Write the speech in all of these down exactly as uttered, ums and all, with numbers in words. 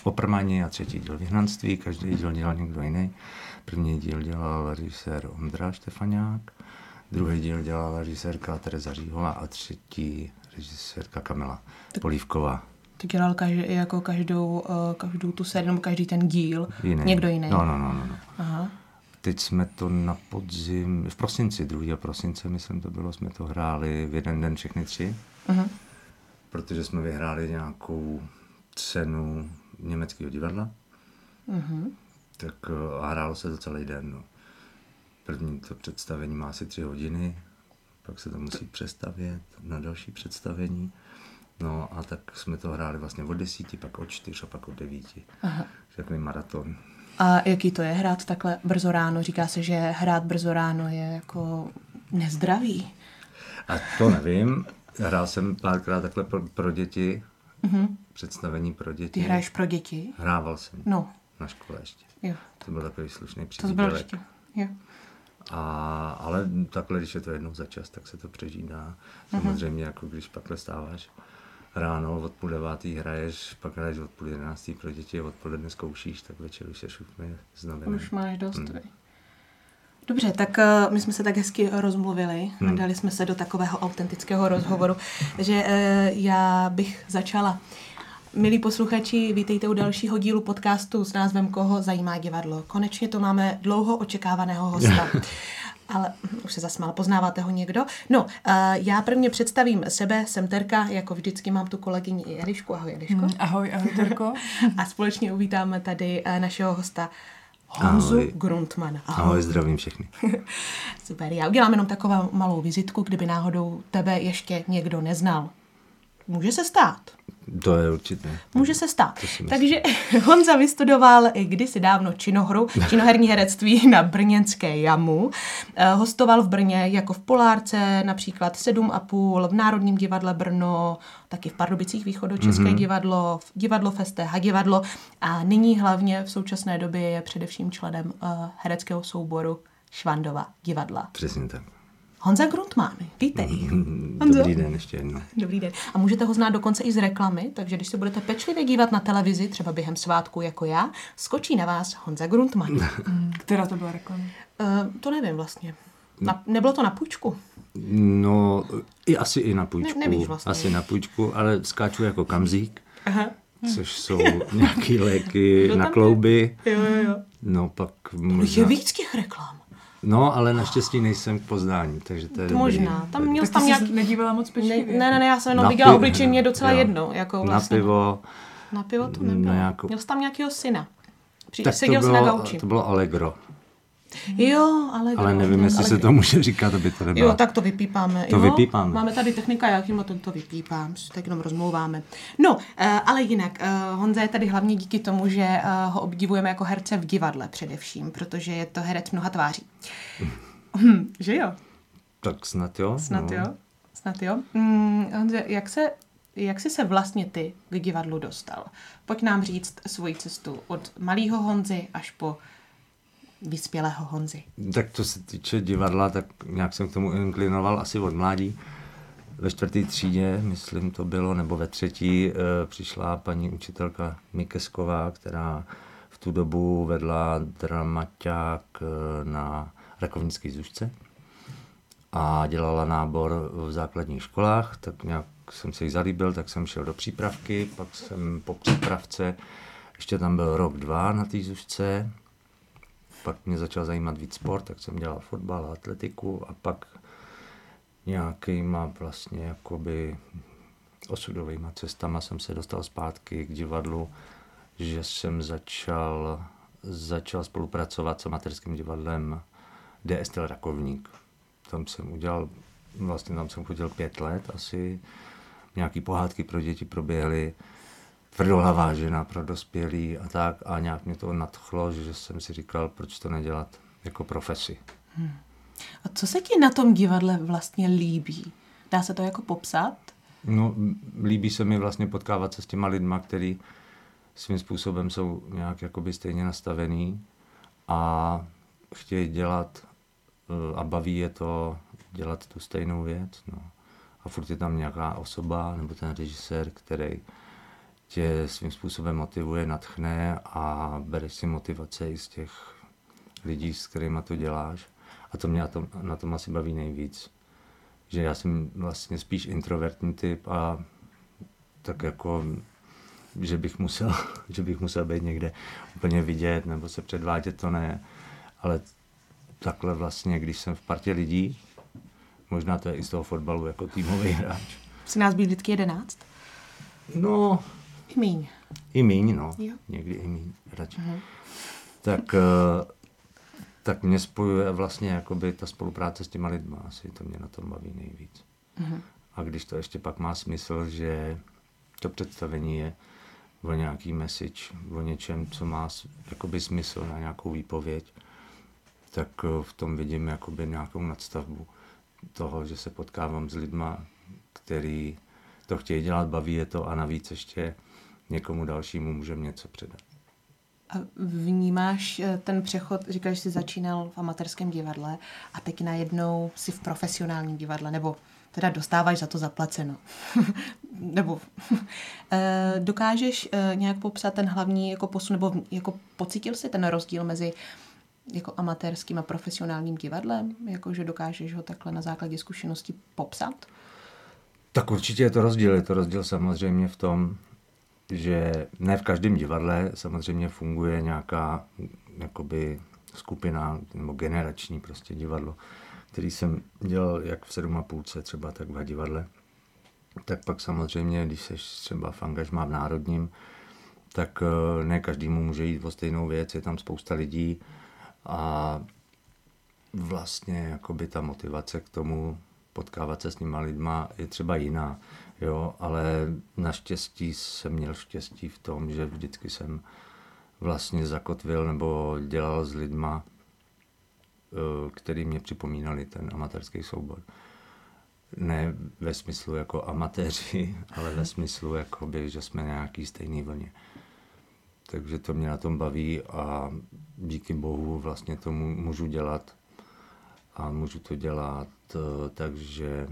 Oprmani a třetí díl Vyhnanství, každý díl dělal někdo jiný. První díl dělal režisér Ondra Štefaňák, druhý díl dělala režisérka Tereza Říhová a třetí režisérka Kamila tak, Polívková. Ty dělal každý, jako každou, každou tu sérii, nebo každý ten díl jiný. Někdo jiný? No, no, no. no, no. Aha. Teď jsme to na podzim, v prosinci, druhého prosince, myslím to bylo, jsme to hráli v jeden den všechny tři, uh-huh. protože jsme vyhráli nějakou cenu německého divadla. Uh-huh. Tak a hrálo se to celý den. No. První to představení má asi tři hodiny, pak se to musí přestavět na další představení. No a tak jsme to hráli vlastně od desíti, pak od čtyř a pak od devíti. Aha. Takový maraton. A jaký to je hrát takhle brzo ráno? Říká se, že hrát brzo ráno je jako nezdravý. A to nevím. Hrál jsem párkrát takhle pro, pro děti. Uh-huh. Představení pro děti. Ty hraješ pro děti? Hrával jsem. No. Na škole ještě. Jo. To byl takový slušný příběh. To byl ještě, jo. A, ale takhle, když je to jednou za čas, tak se to přežídá. Samozřejmě, uh-huh. jako když pakle stáváš ráno, od půl devátý hraješ, pak hraješ od půl jedenáctý pro děti, odpoledne zkoušíš, tak večer už seš úplně znavený. Už máš dost. Hmm. Dobře, tak uh, my jsme se tak hezky rozmluvili, hmm. dali jsme se do takového autentického rozhovoru, že uh, já bych začala. Milí posluchači, vítejte u dalšího dílu podcastu s názvem Koho zajímá divadlo. Konečně to máme dlouho očekávaného hosta. Ale už se zasmál, poznáváte ho někdo? No, uh, já prvně představím sebe, jsem Terka, jako vždycky mám tu kolegyni Elišku. Ahoj, Eliško. Mm, ahoj, ahoj, Terko. A společně uvítáme tady uh, našeho hosta Honzu ahoj. Grundmana. Ahoj. ahoj, zdravím všechny. Super, já udělám jenom takovou malou vizitku, kdyby náhodou tebe ještě někdo neznal. Může se stát. To je určitě. Může se stát. Takže Honza vystudoval kdysi dávno činohru, činoherní herectví na brněnské Jamu. Hostoval v Brně jako v Polárce, například sedm a půl, v Národním divadle Brno, taky v Pardubicích Východočeské mm-hmm. divadlo, v divadlo F S T H divadlo a nyní hlavně v současné době je především členem uh, hereckého souboru Švandova divadla. Přesně tak. Honza Grundman, vítej. Dobrý den ještě jednou. Dobrý den. A můžete ho znát dokonce i z reklamy, takže když se budete pečlivě dívat na televizi, třeba během svátku jako já, skočí na vás Honza Grundman. Která to byla reklama? Uh, to nevím vlastně. Na, nebylo to na půjčku? No, i asi i na půjčku. Ne, nevíš vlastně. Asi na půjčku, ale skáču jako kamzík, aha. což jsou nějaký léky na klouby. Jo, jo, jo. No pak možná... Je víc těch reklam. No, ale naštěstí nejsem k poznání, takže to je to možná. Tam měl tak tam nějaký... nedívala moc pečlivě. Ne, ne, ne, já jsem jenom viděla obličej, mě docela jo. jedno. Jako vlastně. Na pivo. Na pivo to nebylo. Nějakou... Měl jsi tam nějakého syna. Při... Seděl jsi na gauči. To bylo Allegro. Jo, Allegro. Ale nevím, jestli Allegro. Se to může říkat, aby to nebylo. Jo, tak to vypípáme. To jo, vypípáme. Máme tady technika, jak jim to vypípám, tak jenom rozmlouváme. No, ale jinak, Honza je tady hlavně díky tomu, že ho obdivujeme jako herce v divadle především, protože je to herec mnoha tváří. Hm, že jo? Tak snad jo. Snad no. jo, snad jo. Hm, Honze, jak se, jak jsi se vlastně ty k divadlu dostal? Pojď nám říct svoji cestu od malého Honzy až po vyspělého Honzy. Tak to se týče divadla, tak nějak jsem k tomu inklinoval asi od mládí. Ve čtvrtý třídě, myslím to bylo, nebo ve třetí, e, přišla paní učitelka Mikesková, která v tu dobu vedla dramaťák na Rakovnické Zušce a dělala nábor v základních školách, tak nějak jsem se jí zalíbil, tak jsem šel do přípravky, pak jsem po přípravce, ještě tam byl rok, dva na té Zušce, pak mě začal zajímat víc sport, tak jsem dělal fotbal a atletiku a pak nějakýma vlastně jakoby osudovýma cestama jsem se dostal zpátky k divadlu, že jsem začal, začal spolupracovat s amatérským divadlem D S T Rakovník. Tam jsem udělal, vlastně tam jsem chodil pět let asi, nějaký pohádky pro děti proběhly, Tvrdohlavá žena pro dospělí a tak a nějak mě to nadchlo, že jsem si říkal, proč to nedělat jako profesi. Hmm. A co se ti na tom divadle vlastně líbí? Dá se to jako popsat? No, líbí se mi vlastně potkávat se s těma lidma, který svým způsobem jsou nějak jakoby stejně nastavený a chtějí dělat a baví je to dělat tu stejnou věc. No. A furt je tam nějaká osoba nebo ten režisér, který tě svým způsobem motivuje, nadchne a bereš si motivace i z těch lidí, s kterými to děláš. A to mě na tom, na tom asi baví nejvíc. Že já jsem vlastně spíš introvertní typ a tak jako, že bych musel, že bych musel být někde úplně vidět nebo se předvádět, to ne. Ale takhle vlastně, když jsem v partě lidí, možná to je i z toho fotbalu jako týmový hráč. Jsi nás být vždycky jedenáct? No, I míň. I míň, no. Jo. Někdy i míň, radši. Uh-huh. Tak, tak mě spojuje vlastně jakoby ta spolupráce s těma lidma. Asi to mě na tom baví nejvíc. Uh-huh. A když to ještě pak má smysl, že to představení je o nějaký message, o něčem, co má jakoby smysl na nějakou výpověď, tak v tom vidím jakoby nějakou nadstavbu toho, že se potkávám s lidma, který to chtějí dělat, baví je to a navíc ještě někomu dalšímu můžeme něco předat. A vnímáš ten přechod, říkáš, že jsi začínal v amatérském divadle a teď najednou jsi v profesionálním divadle, nebo teda dostáváš za to zaplaceno. nebo dokážeš nějak popsat ten hlavní jako posun, nebo jako pocítil jsi ten rozdíl mezi jako amatérským a profesionálním divadlem? Jako, že dokážeš ho takhle na základě zkušeností popsat? Tak určitě je to rozdíl. Je to rozdíl samozřejmě v tom, že ne v každém divadle samozřejmě funguje nějaká jakoby skupina nebo generační prostě divadlo, který jsem dělal jak v sedm a půlce třeba, tak v divadle. Tak pak samozřejmě, když seš třeba v angažmá v Národním, tak ne každému může jít o stejnou věc, je tam spousta lidí a vlastně jakoby ta motivace k tomu potkávat se s těma lidma je třeba jiná, jo, ale naštěstí jsem měl štěstí v tom, že vždycky jsem vlastně zakotvil nebo dělal s lidma, který mě připomínali ten amatérský soubor. Ne ve smyslu jako amatéři, ale ve smyslu, jakoby, že jsme na nějaký stejný vlně. Takže to mě na tom baví a díky bohu vlastně to můžu dělat. A můžu to dělat, takže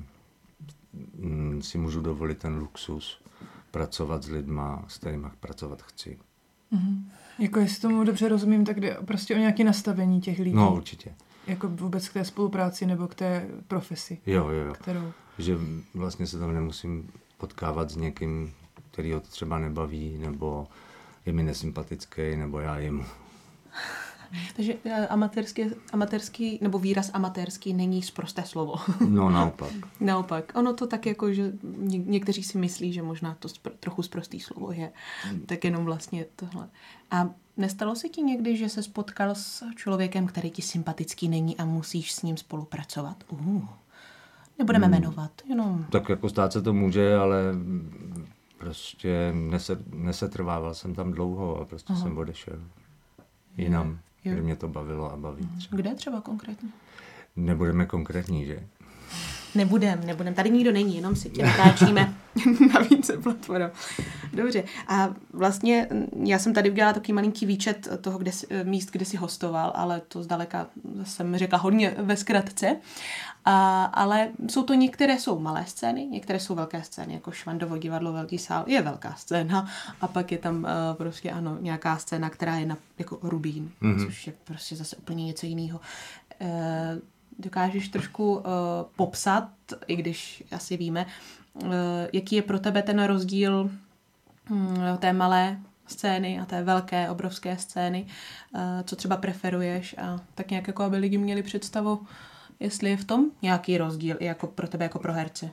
si můžu dovolit ten luxus pracovat s lidma, s kterými pracovat chci. Mm-hmm. Jako jestli tomu dobře rozumím, tak jde prostě o nějaké nastavení těch lidí. No určitě. Jako vůbec k té spolupráci nebo k té profesi. Jo, jo, jo. Kterou... Že vlastně se tam nemusím potkávat s někým, který ho to třeba nebaví, nebo je mi nesympatický, nebo já jemu. Takže amatérský, amatérský, nebo výraz amatérský není sprosté slovo. No, naopak. Naopak. Ono to tak jako, že ně, někteří si myslí, že možná to spr- trochu sprostý slovo je. Hmm. Tak jenom vlastně tohle. A nestalo se ti někdy, že se spotkal s člověkem, který ti sympatický není a musíš s ním spolupracovat? Uh, nebudeme hmm. jmenovat, jenom... Tak jako stát se to může, ale prostě neset, nesetrvával jsem tam dlouho a prostě Aha. jsem odešel jinam. Jo. Kde mě to bavilo a baví. Třeba. Kde třeba konkrétně? Nebudeme konkrétní, že? Nebudem, nebudem. Tady nikdo není, jenom si tě natáčíme na více platform. Dobře. A vlastně já jsem tady udělala takový malinký výčet toho kde jsi, míst, kde jsi hostoval, ale to zdaleka jsem řekla hodně ve zkratce. A, ale jsou to některé jsou malé scény, některé jsou velké scény, jako Švandovo divadlo, velký sál, je velká scéna a pak je tam uh, prostě ano, nějaká scéna, která je na, jako Rubín, mm-hmm. což je prostě zase úplně něco jiného. Uh, dokážeš trošku uh, popsat, i když asi víme, uh, jaký je pro tebe ten rozdíl um, té malé scény a té velké, obrovské scény, uh, co třeba preferuješ a tak nějak jako aby lidi měli představu, jestli je v tom nějaký rozdíl i jako pro tebe jako pro herce.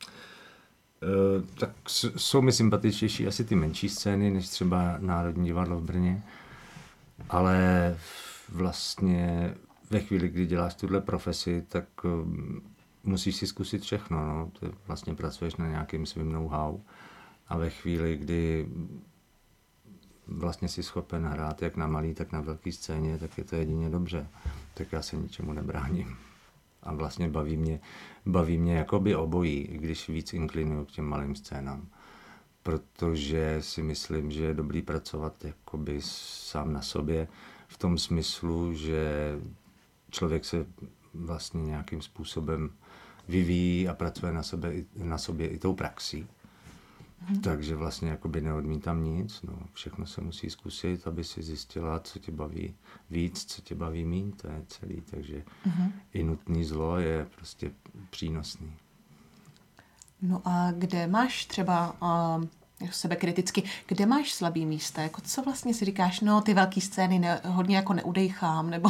Uh, tak jsou mi sympatičtější asi ty menší scény, než třeba Národní divadlo v Brně, ale vlastně ve chvíli, kdy děláš tuhle profesi, tak um, musíš si zkusit všechno. No. Ty vlastně pracuješ na nějakým svým know-how a ve chvíli, kdy vlastně si schopen hrát jak na malý, tak na velký scéně, tak je to jedině dobře. Tak já se ničemu nebráním. A vlastně baví mě, baví mě jakoby obojí, když víc inklinuju k těm malým scénám. Protože si myslím, že je dobrý pracovat jakoby sám na sobě v tom smyslu, že člověk se vlastně nějakým způsobem vyvíjí a pracuje na, sebe, na sobě i tou praxí. Hmm. Takže vlastně jakoby neodmítám nic, no. Všechno se musí zkusit, aby si zjistila, co tě baví víc, co tě baví míň, to je celý. Takže hmm. i nutný zlo je prostě přínosný. No a kde máš třeba uh, sebekriticky, kde máš slabý místa? Jako co vlastně si říkáš, no ty velký scény ne, hodně jako neudejchám, nebo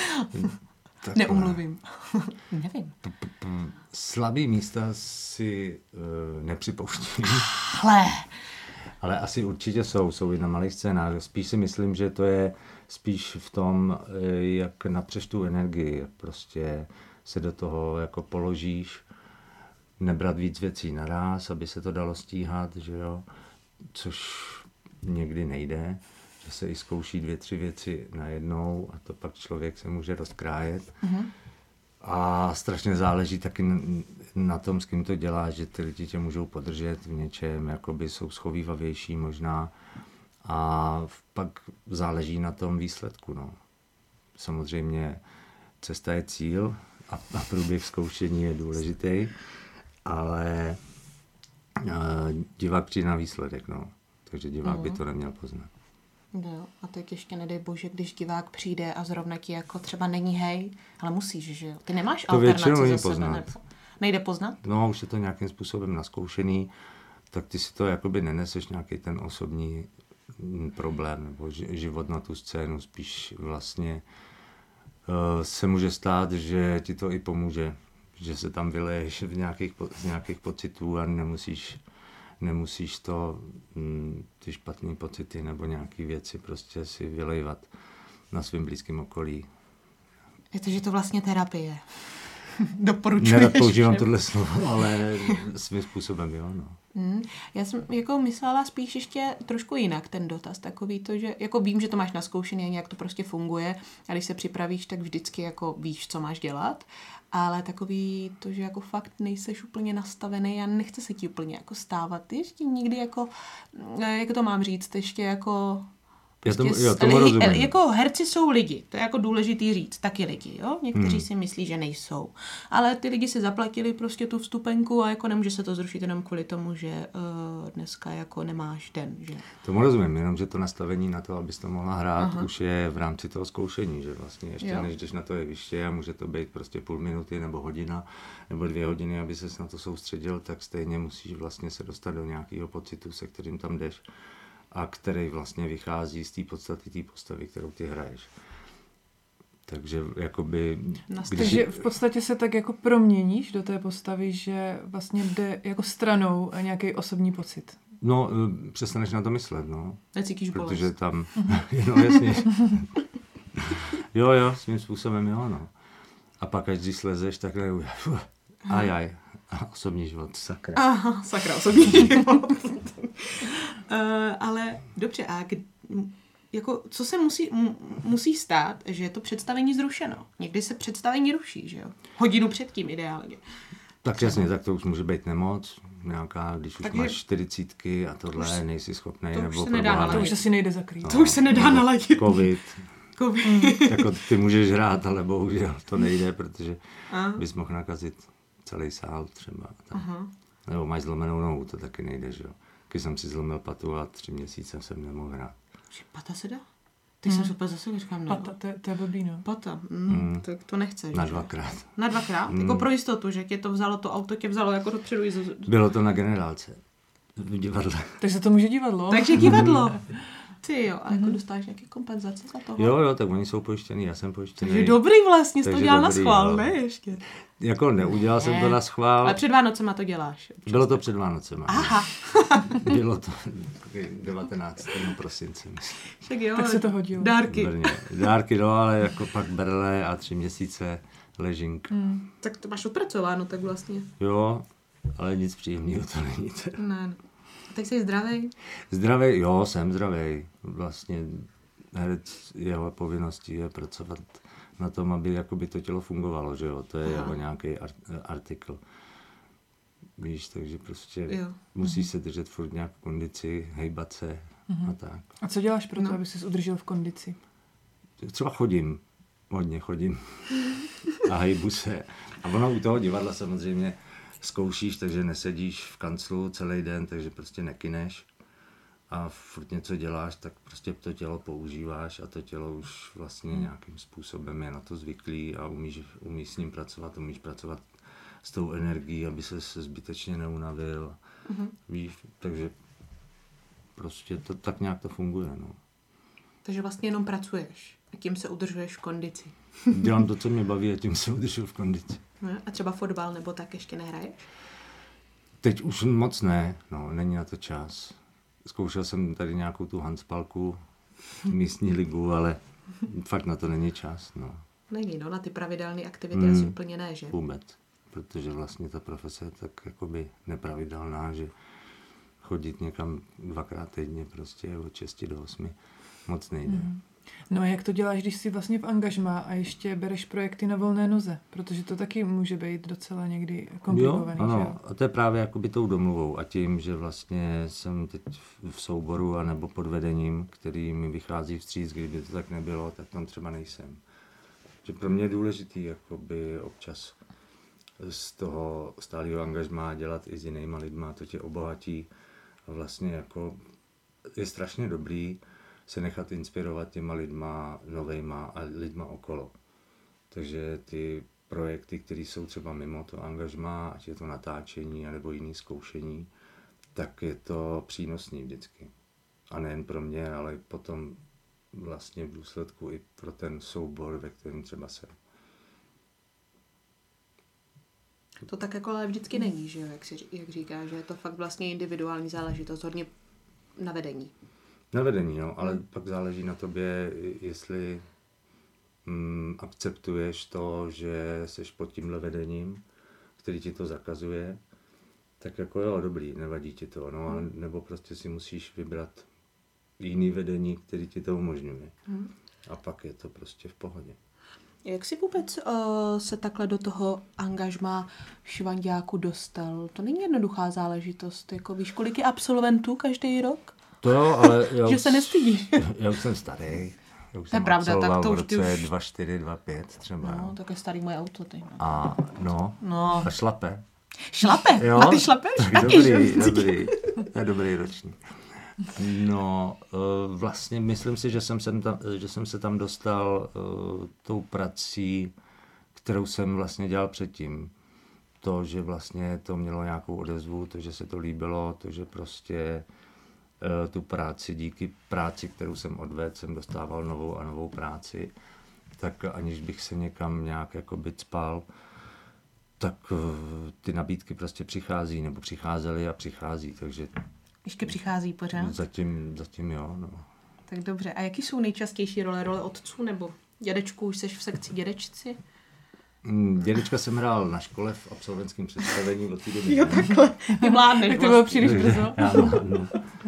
neumluvím. Nevím. Slabý místa si uh, nepřipouštím. Hle. Ale asi určitě jsou, jsou i na malých scénách. Spíš si myslím, že to je spíš v tom, jak napřeš tu energii. Prostě se do toho jako položíš, nebrat víc věcí naráz, aby se to dalo stíhat, že jo, což někdy nejde, že se i zkouší dvě, tři věci najednou a to pak člověk se může rozkrájet. Mm-hmm. A strašně záleží taky na tom, s kým to dělá, že ty lidi tě můžou podržet v něčem, jakoby jsou schovývavější možná a pak záleží na tom výsledku, no. Samozřejmě cesta je cíl a, a průběh zkoušení je důležitý, ale uh, divák přijde na výsledek, no. Takže divák mm. by to neměl poznat. Jo, a teď ještě nedej bože, když divák přijde a zrovna ti jako třeba není hej, ale musíš, že jo? Ty nemáš to alternaci za sebe, poznat. Nebo nejde poznat? No, už je to nějakým způsobem naskoušený, tak ty si to jakoby neneseš nějaký ten osobní problém nebo život na tu scénu, spíš vlastně uh, se může stát, že ti to i pomůže, že se tam vyleješ v nějakých, z nějakých pocitů a nemusíš nemusíš to, ty špatné pocity nebo nějaké věci prostě si vylejvat na svým blízkém okolí. Je to, že to vlastně terapie. Doporučuješ. Nerad používám tohle slovo, ale svým způsobem, jo, no. Hmm. Já jsem jako myslela spíš ještě trošku jinak ten dotaz, takový to, že jako vím, že to máš naskoušený a nějak to prostě funguje a když se připravíš, tak vždycky jako víš, co máš dělat, ale takový to, že jako fakt nejseš úplně nastavený a nechce se ti úplně jako stávat. Ty ještě nikdy jako, jak to mám říct, ještě jako... Prostě já tomu, já tomu rozumím. Jako herci jsou lidi, to je jako důležitý říct, taky lidi, jo? Někteří hmm. si myslí, že nejsou. Ale ty lidi si zaplatili prostě tu vstupenku a jako nemůže se to zrušit jenom kvůli tomu, že uh, dneska jako nemáš den, že? Tomu rozumím, jenom že to nastavení na to, abys to mohla hrát, aha, už je v rámci toho zkoušení, že vlastně ještě jo. než jdeš na to jeviště a může to být prostě půl minuty nebo hodina nebo dvě hodiny, aby ses na to soustředil, tak stejně musíš vlastně se dostat do nějakého pocitu, se kterým tam jdeš. A který vlastně vychází z té podstaty té postavy, kterou ty hraješ. Takže jakoby... Když... Takže v podstatě se tak jako proměníš do té postavy, že vlastně jde jako stranou nějaký osobní pocit. No, přestaneš na to myslet, no. Necítíš bolest. Protože tam... no, jasně. jo, jo, svým způsobem, jo, no. A pak, až když slezeš, tak aj, aj. A osobní život, sakra. Aha, sakra, osobní život. uh, ale dobře, a k, jako, co se musí, m, musí stát, že je to představení zrušeno? Někdy se představení ruší, že jo? Hodinu předtím ideálně. Tak jasně, tak to už může být nemoc, nějaká, když už Takže máš čtyřicítky a tohle už, nejsi schopnej, to nebo už se nedá naladit. To už asi nejde zakrýt. No, to už se nedá naladit. Covid. Covid. Jako ty můžeš hrát, ale bohužel to nejde, protože a? bys mohl nakazit celý sál třeba. Nebo máš zlomenou nohu, to taky nejde, že jo. Když jsem si zlomil patu a tři měsíce jsem nemohl hrát. Že pata se dá? Teď hmm. jsem super zase říkám, ne. Pata, to, to je blbý, no. Pata, mm, hmm. tak to nechceš. Na dvakrát. Na dvakrát? Hmm. Jako pro jistotu, že tě to vzalo, to auto tě vzalo jako dopředu. Bylo to na generálce. V divadle. Takže to může divadlo. Takže divadlo. Ty jo, a jako mm-hmm. dostáš nějaké kompenzace za toho? Jo, jo, tak oni jsou pojištěný, já jsem pojištěný. Takže dobrý vlastně, jsi to dělal na schvál, ne ještě? Jako neudělal ne. jsem to na schvál. Ale před Vánocema to děláš. Bylo to před Vánocema. Aha. Bylo to devatenáctého prosince. Však jo, tak se to hodilo. Dárky. Brně. Dárky, no, ale jako pak berle a tři měsíce ležink. Mm. Tak to máš odpracováno, tak vlastně. Jo, ale nic příjemného to není. Ne, ne. Tak jsi zdravej? Zdravej, jo, jsem zdravej. Vlastně herec, jeho povinností je pracovat na tom, aby jakoby to tělo fungovalo, že jo, to je jeho nějaký art, artikl. Víš, takže prostě jo. musíš mm-hmm. se držet furt nějak v kondici, hejbat se mm-hmm. a tak. A co děláš pro to, no. aby ses udržel v kondici? Třeba chodím, hodně chodím a hejbu se. A ono u toho divadla samozřejmě zkoušíš, takže nesedíš v kanclu celý den, takže prostě nekyneš a furt něco děláš, tak prostě to tělo používáš a to tělo už vlastně nějakým způsobem je na to zvyklý a umíš, umíš s ním pracovat, umíš pracovat s tou energií, aby se zbytečně neunavil. Mm-hmm. Víš, takže prostě to tak nějak to funguje. No. Takže vlastně jenom pracuješ a tím se udržuješ v kondici. Dělám to, co mě baví a tím se udržuju v kondici. No, a třeba fotbal nebo tak ještě nehraješ? Teď už moc ne, no, není na to čas. Zkoušel jsem tady nějakou tu handspalku, místní ligu, ale fakt na to není čas. No. Není, no, na ty pravidelné aktivity hmm, asi úplně ne, že? Vůbec, protože vlastně ta profese je tak jakoby nepravidelná, že chodit někam dvakrát týdně prostě od šesti do osmi moc nejde. Hmm. No a jak to děláš, když jsi vlastně v angažmá a ještě bereš projekty na volné noze? Protože to taky může být docela někdy komplikovaný. Jo, ano. Že jo? A to je právě jakoby tou domluvou a tím, že vlastně jsem teď v souboru anebo pod vedením, který mi vychází vstříc, kdyby to tak nebylo, tak tam třeba nejsem. Že pro mě je důležitý jakoby občas z toho stálého angažmá dělat i s jinýma lidma, to tě obohatí a vlastně jako je strašně dobrý se nechat inspirovat těma lidma novejma a lidma okolo. Takže ty projekty, které jsou třeba mimo to angažmá, ať je to natáčení nebo jiné zkoušení, tak je to přínosný vždycky. A nejen pro mě, ale potom vlastně v důsledku i pro ten soubor, ve kterém třeba jsem. To tak jako ale vždycky není, že jo, jak, si, jak říká, že je to fakt vlastně individuální záležitost, hodně na vedení. Na vedení, no, ale hmm. pak záleží na tobě, jestli mm, akceptuješ to, že seš pod tímhle vedením, který ti to zakazuje, tak jako jo, dobrý, nevadí ti to, no, hmm. nebo prostě si musíš vybrat jiný vedení, který ti to umožňuje. Hmm. A pak je to prostě v pohodě. Jak jsi vůbec uh, se takhle do toho angažmá švanďáku dostal? To není jednoduchá záležitost, jako víš, kolik je absolventů každý rok? To jo, ale já že už, se nestydíš. Já už jsem starý. Já už to je pravda, tak to už ty už... dva čtyři, dva pět třeba. No, tak je starý moje auto. Ty, no. A no, no, a šlape. Šlape? Jo? A ty šlapeš? Tak dobrý, dobrý. To je dobrý ročník. No, vlastně myslím si, že jsem, sem tam, že jsem se tam dostal uh, tou prací, kterou jsem vlastně dělal předtím. To, že vlastně to mělo nějakou odezvu, to, že se to líbilo, to, že prostě tu práci, díky práci, kterou jsem odvedl, jsem dostával novou a novou práci, tak aniž bych se někam nějak jako by cpal, tak ty nabídky prostě přichází, nebo přicházely a přichází, takže... Ještě přichází pořád? Zatím, zatím jo, no. Tak dobře, a jaký jsou nejčastější role? Role otců nebo dědečku? Už jsi v sekci dědečci? Dědečka jsem hrál na škole v absolventském představení od té doby. Jo, takhle. Ty mládneš. Tak to bylo příliš brzo. No.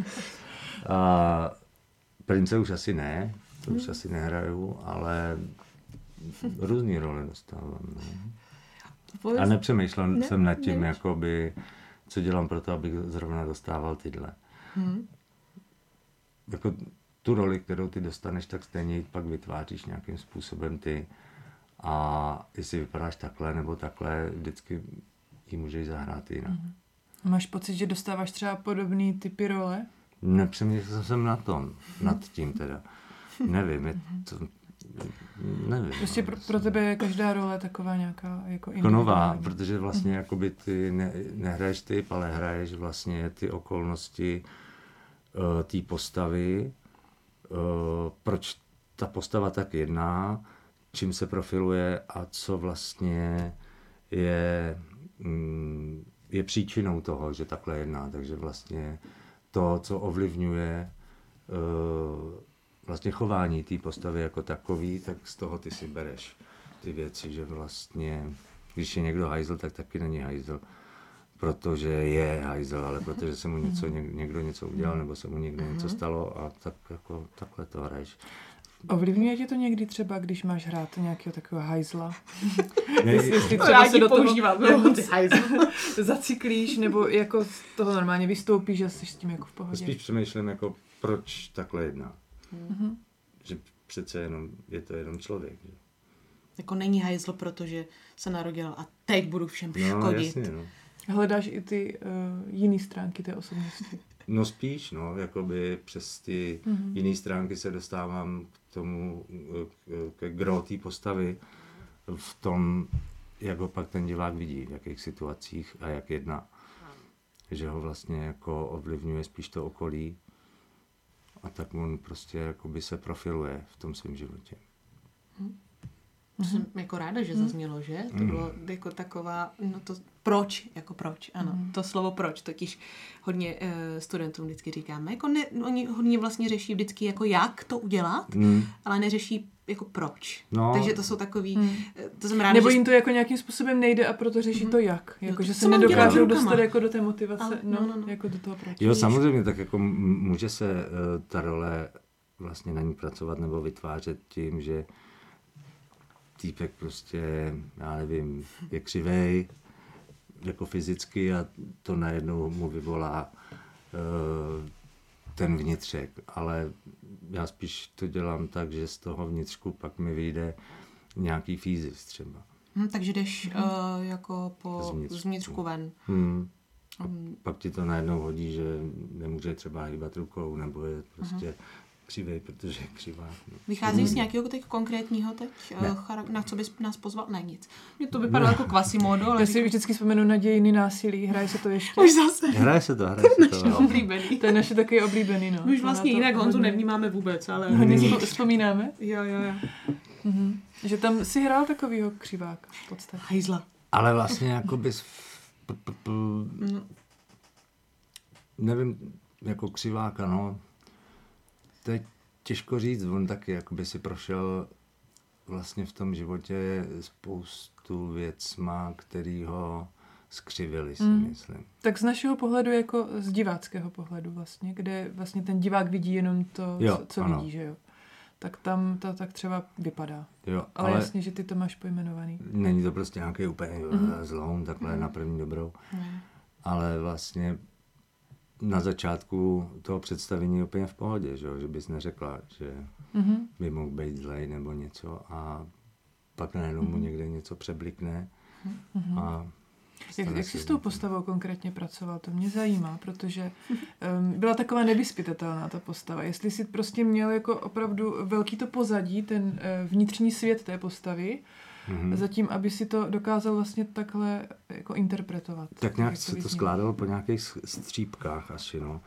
A prince už asi ne, to už hmm. asi nehraju, ale různý role dostávám. No. A nepřemýšlel ne, jsem nad tím, jakoby, co dělám pro to, abych zrovna dostával tyhle. Hmm. Jako tu roli, kterou ty dostaneš, tak stejně ji pak vytváříš nějakým způsobem ty. A jestli vypadáš takhle nebo takhle, vždycky ji můžeš zahrát jinak. Mm. Máš pocit, že dostáváš třeba podobný typy role? Nepřemýšlel jsem na tom, nad tím teda. Nevím, je to, nevím. Prostě pro, pro tebe je každá role taková nějaká jako jako nová, protože vlastně mm. jakoby ty ne, nehraješ typ, ale hraješ vlastně ty okolnosti uh, té postavy, uh, proč ta postava tak jedná, čím se profiluje a co vlastně je, je příčinou toho, že takhle jedná. Takže vlastně to, co ovlivňuje vlastně chování té postavy jako takový, tak z toho ty si bereš ty věci, že vlastně, když je někdo hajzl, tak taky není hajzl, protože je hajzl, ale protože se mu něco, někdo něco udělal, nebo se mu někdo něco stalo a tak jako takhle to hraješ. Ovlivňuje tě to někdy třeba, když máš hrát nějakého takového hajzla? Ne, jestli třeba se do toho zacyklíš, nebo jako z toho normálně vystoupíš a jsi s tím jako v pohodě? Spíš přemýšlím, jako proč takhle jedná. Mm-hmm. Že přece jenom, je to jenom člověk. Že? Jako není hajzl, protože se narodil a teď budu všem škodit. No, jasně, no. Hledáš i ty uh, jiné stránky té osobnosti? No spíš, no, jakoby přes ty mm-hmm. jiné stránky se dostávám k tomu, ke gro té postavy v tom, jak ho pak ten divák vidí, v jakých situacích a jak jedná. Že ho vlastně jako ovlivňuje spíš to okolí a tak on prostě jakoby se profiluje v tom svém životě. Hmm. To jsem jako ráda, že zaznělo, že? To bylo jako taková, no to proč, jako proč, ano. Mm. To slovo proč, totiž hodně uh, studentům vždycky říkáme, jako ne, oni hodně vlastně řeší vždycky jako jak to udělat, mm. ale neřeší jako proč. No. Takže to jsou takový, mm. to jsem ráda, nebo že... jim to jako nějakým způsobem nejde a proto řeší mm. to jak. Jako, že se nedokážou dostat jako do té motivace, ale, no, no, no. jako do toho proč. Jo, samozřejmě, tak jako může se uh, ta role vlastně na ní pracovat nebo vytvářet tím, že týpek prostě, já nevím, je křivej, jako fyzicky a to najednou mu vyvolá uh, ten vnitřek, ale já spíš to dělám tak, že z toho vnitřku pak mi vyjde nějaký fízis třeba. Hmm, takže jdeš hmm. uh, jako po zvnitřku ven. Hmm. A pak ti to najednou hodí, že nemůže třeba hýbat rukou, nebo je prostě hmm. křivej, protože je křivá. No. Vychází z nějakého teď konkrétního teď? Ne. Na co bys nás pozval? Ne, nic. Mně to vypadalo ne. jako Quasimodo. Ale já si vždycky vzpomenu na Dějiny násilí. Hraje se to ještě? Už zase. Hraje se to, hraje se to. Naše oblíbený. To je naše takový oblíbený, no. Už vlastně jinak Honzu nevnímáme vůbec, ale... Hmm. Vzpomínáme? Jo, jo, jo. Mhm. Že tam si hrál takovýho křiváka v podstatě. Hejzla. Ale vlastně jako bys... Nevím, jako křiváka, no. To je těžko říct, on taky jakoby si prošel vlastně v tom životě spoustu věcma, který ho skřivili, si mm. myslím. Tak z našeho pohledu, jako z diváckého pohledu vlastně, kde vlastně ten divák vidí jenom to, jo, co, co vidí, že jo. Tak tam to tak třeba vypadá. Jo, ale, ale jasně, že ty to máš pojmenovaný. Není to prostě nějaký úplně mm. zloun, takhle mm. na první dobrou. Mm. Ale vlastně na začátku toho představení je úplně v pohodě, že, že bys neřekla, že mm-hmm. by mohl být zlej nebo něco a pak najednou mu někde něco přeblikne. Mm-hmm. A jak, jak jsi s tou postavou konkrétně pracoval? To mě zajímá, protože um, byla taková nevyzpytatelná ta postava. Jestli jsi prostě měl jako opravdu velký to pozadí, ten uh, vnitřní svět té postavy, mm-hmm. zatím, aby si to dokázal vlastně takhle jako interpretovat. Tak nějak se to skládalo po nějakých střípkách asi, no.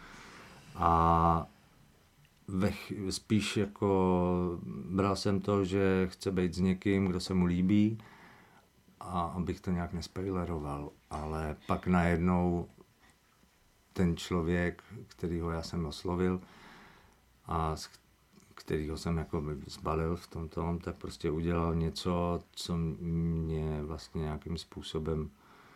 A vech, spíš jako bral jsem to, že chce být s někým, kdo se mu líbí a abych to nějak nespoileroval, ale pak najednou ten člověk, kterýho já jsem oslovil a kterýho jsem jako zbalil v tom tom, tak prostě udělal něco, co mě vlastně nějakým způsobem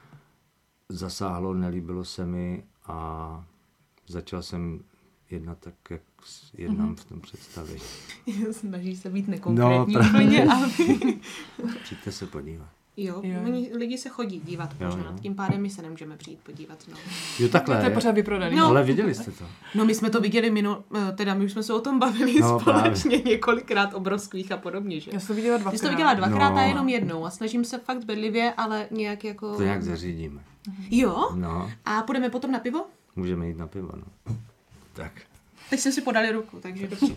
zasáhlo, nelíbilo se mi a začal jsem jednat tak, jak jednám mm-hmm. v tom představě. Snaží se být nekonkrétní no, úplně, ale... Přijďte se podívat. Jo, jo. Oni, lidi se chodí dívat pořád, jo, jo. Tím pádem my se nemůžeme přijít podívat. No. Jo, takhle. To je pořád vyprodaný. No. Ale viděli jste to? No my jsme to viděli minul, teda my už jsme se o tom bavili no, společně právě. Několikrát, obrovských a podobně, že? Já jsem to viděla dvakrát. Já jsem to viděla dvakrát no. a jenom jednou a snažím se fakt bedlivě, ale nějak jako... To nějak zařídíme. Jo? No. A půjdeme potom na pivo? Můžeme jít na pivo, no. Tak. Teď jsme si podali ruku, takže dobře.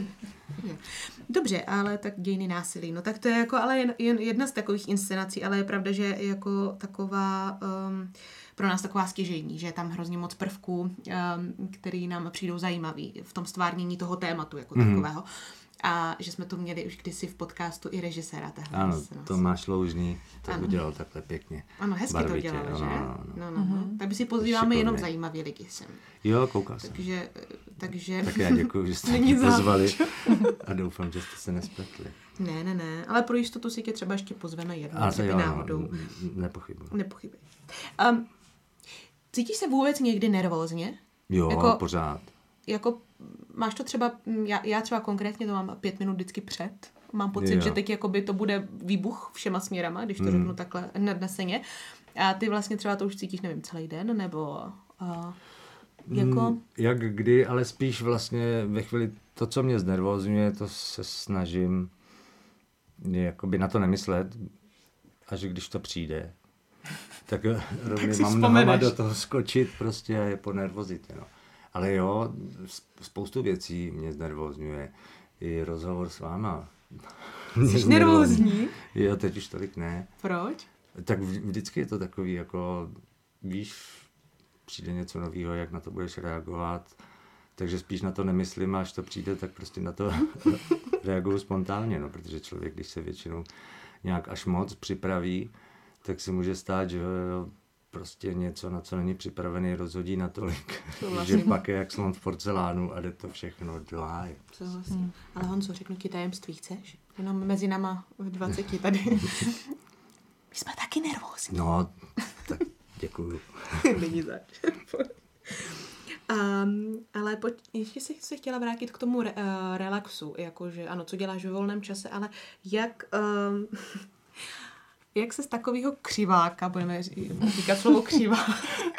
Dobře, ale tak Dějiny násilí. No tak to je jako ale jen, jen jedna z takových inscenací, ale je pravda, že jako taková um, pro nás taková stěžejní, že je tam hrozně moc prvků, um, který nám přijdou zajímavý v tom stvárnění toho tématu jako mm. takového. A že jsme to měli už kdysi v podcastu i režiséra. Ano, Tomáš Loužný to ano. udělal takhle pěkně. Ano, hezky barvitě. To dělal, že? No, no, no. No, no, no. Tak by si pozýváme jenom zajímavé lidi sem. Jo, koukal jsem. Takže, takže... Tak já děkuji, že jste mě pozvali a doufám, že jste se nespletli. Ne, ne, ne, ale pro jistotu si tě třeba ještě pozveme jednou, třeba náhodou. Nepochybuji. Nepochybuji. Um, cítíš se vůbec někdy nervózně? Jo, jako, pořád. Jako máš to třeba, já, já třeba konkrétně to mám pět minut vždycky před. Mám pocit, jo. že teď jakoby to bude výbuch všema směrama, když to mm. řeknu takhle nadneseně. A ty vlastně třeba to už cítíš, nevím, celý den, nebo uh, jako... Mm, jak kdy, ale spíš vlastně ve chvíli to, co mě znervózňuje, to se snažím jakoby na to nemyslet, až když to přijde. tak rovně si mám vzpomeneš. nohama do toho skočit prostě a je po nervozitě. No. Ale jo, spoustu věcí mě znervozňuje. I rozhovor s váma. Jsi nervózní? Jo, teď už tolik ne. Proč? Tak vždycky je to takový, jako víš, přijde něco nového, jak na to budeš reagovat, takže spíš na to nemyslím, až to přijde, tak prostě na to reaguju spontánně, no, protože člověk, když se většinou nějak až moc připraví, tak se může stát, že prostě něco, na co není připravený, rozhodí natolik, že pak je jak slon v porcelánu a jde to všechno dláj. Hmm. Ale Honzo, řeknu ti tajemství, chceš? Jenom mezi náma v dvaceti tady. My jsme taky nervózní. No, tak děkuju. Není zač. Um, ale pojď, ještě se, se chtěla vrátit k tomu re, uh, relaxu, jakože ano, co děláš ve volném čase, ale jak, um, jak se z takového křiváka, budeme říkat slovo křivák,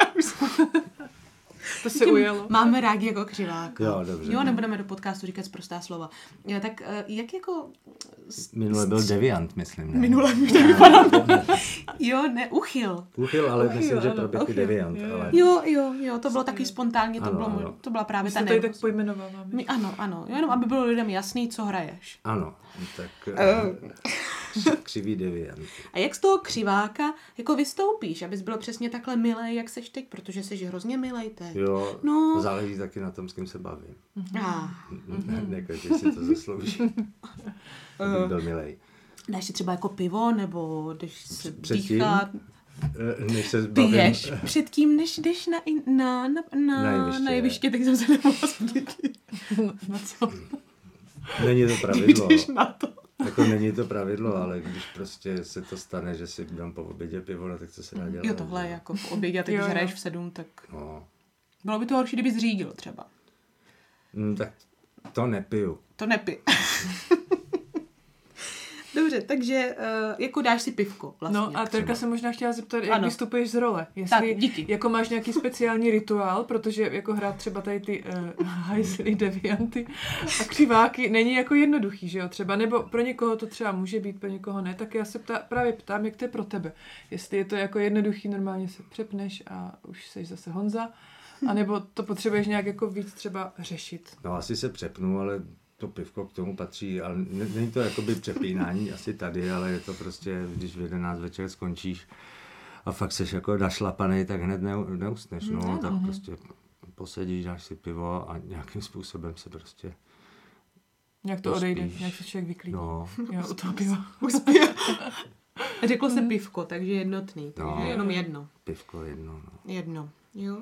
to se ujelo. Máme rádi jako křiváka. Jo, dobře. Jo, nebudeme do podcastu říkat sprostá slova. Jo, tak uh, jak jako... Minule byl deviant, myslím. Ne? Minule bych tak vypadal. Jo, ne, uchyl. Uchyl, ale Uchyl, myslím, že ano, proběh uchyl. deviant. Jo, Ale... Jo, jo, jo, to bylo taky spontánně, to, Ano, bylo, ano. to byla právě My ta se tady tak nervoz. pojmenováváme. My, ano, ano, jenom aby bylo lidem jasný, co hraješ. Ano, tak křivý deviant. A jak z toho křiváka jako vystoupíš, abys byl přesně takhle milej, jak seš teď, protože jsi hrozně milej teď. Jo, No. záleží taky na tom, s kým se bavím. Ah. Ne, každý si to zaslouží. Abych byl milej. Dáš si třeba jako pivo, nebo jdeš se Předtím? dýchat, Eh, Než se zbavím. piješ předtím, než jdeš na, in- na, na, na, Na jeviště. na jeviště, tak jsem se nemohla zbudit. Na co? Není to pravidlo. Jdeš na to. Jako není to pravidlo, ale když prostě se to stane, že si dám po obědě pivo, no, tak co se dá dělat? Jo, tohle je jako v obědě, a teď Jo, když jo. hraješ v sedm, tak No, bylo by to horší, kdyby zřídil třeba. hm, tak to nepiju. To nepij. Dobře, takže uh, jako dáš si pivko vlastně. No a Terka se možná chtěla zeptat, jak Ano. vystupuješ z role. Jestli Tak, díky. jako máš nějaký speciální rituál, protože jako hrát třeba tady ty uh, hajsly, devianty a křiváky není jako jednoduchý, že jo, třeba, nebo pro někoho to třeba může být, pro někoho ne, tak já se ptá, právě ptám, jak to je pro tebe. Jestli je to jako jednoduchý, normálně se přepneš a už seš zase Honza, anebo to potřebuješ nějak jako víc třeba řešit. No asi se přepnu, ale to pivko k tomu patří, ale není to jakoby přepínání asi tady, ale je to prostě, když v jedenáct večer skončíš a fakt seš jako našlapanej, tak hned ne, neusneš, no, Mm, tak mhm. prostě posedíš, dáš si pivo a nějakým způsobem se prostě, Jak to Pospíš. odejde, jak se člověk vyklidí. no, Jo, u toho piva. Řeklo se pivko, takže jednotný, takže No. jenom jedno. pivko jedno, no. Jedno, jo.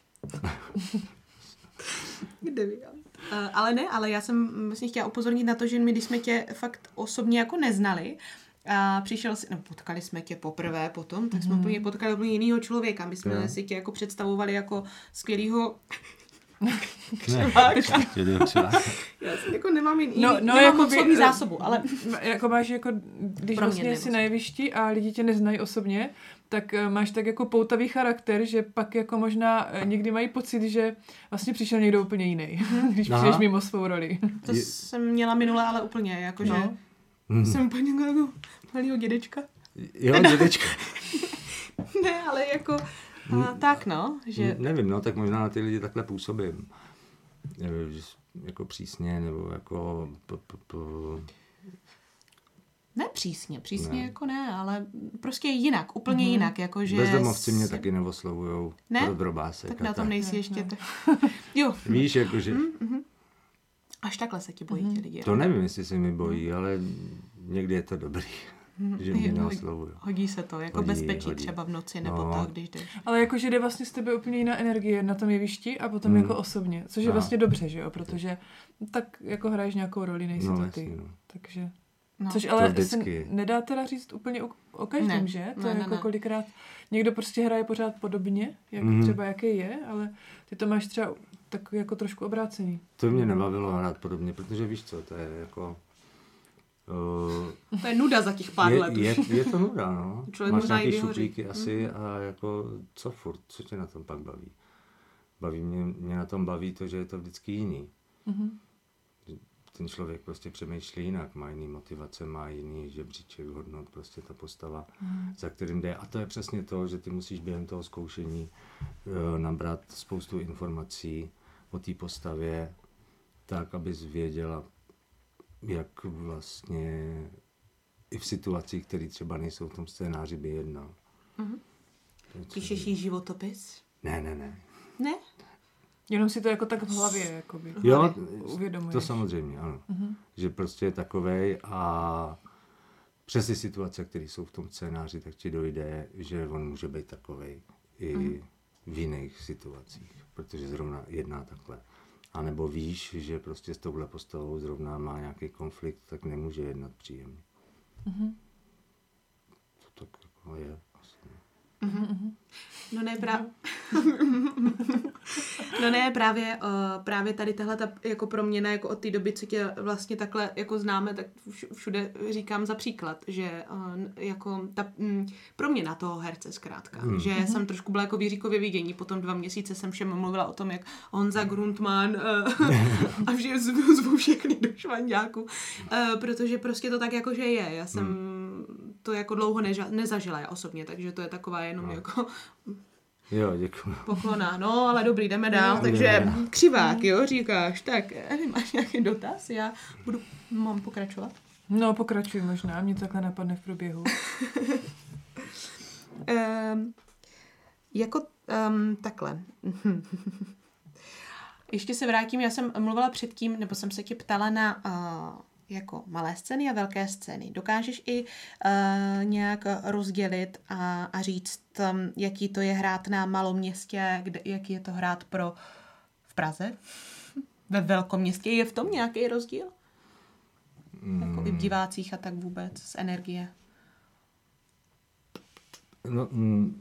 Kde uh, ale ne, ale já jsem vlastně chtěla upozornit na to, že my, když jsme tě fakt osobně jako neznali, a přišel si, no potkali jsme tě poprvé potom, tak jsme Mhm. úplně potkali úplně jinýho člověka. My jsme Jo. si tě jako představovali jako skvělýho Ne, křiváka. ještě křiváka. Já si jako nemám jiný, No, no, no, nemám jako moc by- slovní zásobu, ale Jako máš jako, když Pro mě vlastně ne jsi moc. na jevišti a lidi tě neznají osobně, tak eh, máš tak jako poutavý charakter, že pak jako možná eh, někdy mají pocit, že vlastně přišel někdo úplně jiný, když Aha. přijdeš mimo svou roli. to Je- jsem měla minule, ale úplně, jakože No. Mhm. jsem úplně jako malýho dědečka. Jo, dědečka. Ne, ale jako a, tak no, že Nevím, no, tak možná na ty lidi takhle působím. Nevím, že s- jako přísně, nebo jako... P, p, p, ne přísně, přísně Ne. jako ne, ale prostě jinak, úplně Mhm. jinak, jakože... bezdomovci mě si- taky neoslovujou Ne? pro drobásek. Tak a na tom nejsi Ne, ještě. ne. Tak... Jo, Víš, jakože... až takhle se ti bojí Mhm. ti lidi. To nevím, jestli se mi bojí, ale někdy je to dobrý, že mě Jo, neoslovují. Hodí se to, jako Hodí, bezpečí hodí. třeba v noci nebo No. tak, když jdeš. Ale jakože jde vlastně z tebe úplně jiná energie na tom jevišti a potom Hmm. jako osobně, což je No. vlastně dobře, že jo, protože tak jako hraješ nějakou roli, nejsi No, to jasně, ty. no. Takže, No. což ale se vždycky. nedá teda říct úplně o, o každém, Ne. že? To Ne, je ne, jako ne. kolikrát někdo prostě hraje pořád podobně, jak Mhm. třeba jaký je, ale ty to máš třeba tak jako trošku obrácený. To mě nebavilo hrát podobně, protože víš co, to je jako... Uh, To je nuda za těch pár je, let je, už. je to nuda, no. Člověk Máš možná i nějaký vyhoří. šuplíky asi a jako co furt, co tě na tom pak baví? Baví mě, mě na tom baví to, že je to vždycky jiný. Mhm. ten člověk prostě přemýšlí jinak, má jiný motivace, má jiný žebříček hodnot, prostě ta postava, mm. za kterým jde. A to je přesně to, že ty musíš během toho zkoušení uh, nabrat spoustu informací o té postavě, tak, abys věděla, jak vlastně i v situacích, které třeba nejsou v tom scénáři, by jednal. Mm-hmm. Píšeš jí životopis? Ne, ne, ne. Ne? Jenom si to jako tak v hlavě jakoby, jo, uvědomuješ. To samozřejmě, ano. Mm-hmm. Že prostě je takovej a přes ty situace, které jsou v tom scénáři, tak ti dojde, že on může být takovej i mm. v jiných situacích, protože zrovna jedná takhle. A nebo víš, že prostě s touhle postavou zrovna má nějaký konflikt, tak nemůže jednat příjemně. Mm-hmm. To tak jako je asi. Mm-hmm. No ne, právě, no ne, právě, uh, právě tady tahle ta jako proměna jako od té doby, co tě vlastně takhle jako známe, tak všude říkám za příklad, že uh, jako ta um, proměna toho herce zkrátka, mm. že mm-hmm. jsem trošku byla jako Víříkově vidění, potom dva měsíce jsem všem mluvila o tom, jak Honza Grundmann uh, a že zvu všechny do švanďáku, uh, protože prostě to tak jako, že je, já jsem mm. to jako dlouho neža- nezažila já osobně, takže to je taková jenom no. jako jo, děkuji. poklona. No, ale dobrý, jdeme dál. Takže křivák, jo, říkáš. Tak, Eli, máš nějaký dotaz? Já budu, mám pokračovat? No, pokračuj možná, mě to takhle napadne v průběhu. um, jako um, takhle. Ještě se vrátím, já jsem mluvila předtím, nebo jsem se tě ptala na uh, jako malé scény a velké scény. Dokážeš i uh, nějak rozdělit a, a říct, um, jaký to je hrát na malom městě, kde, jaký je to hrát pro v Praze? Ve velkom městě je v tom nějaký rozdíl? Mm. Jako i v divácích a tak vůbec, z energie? No, mm,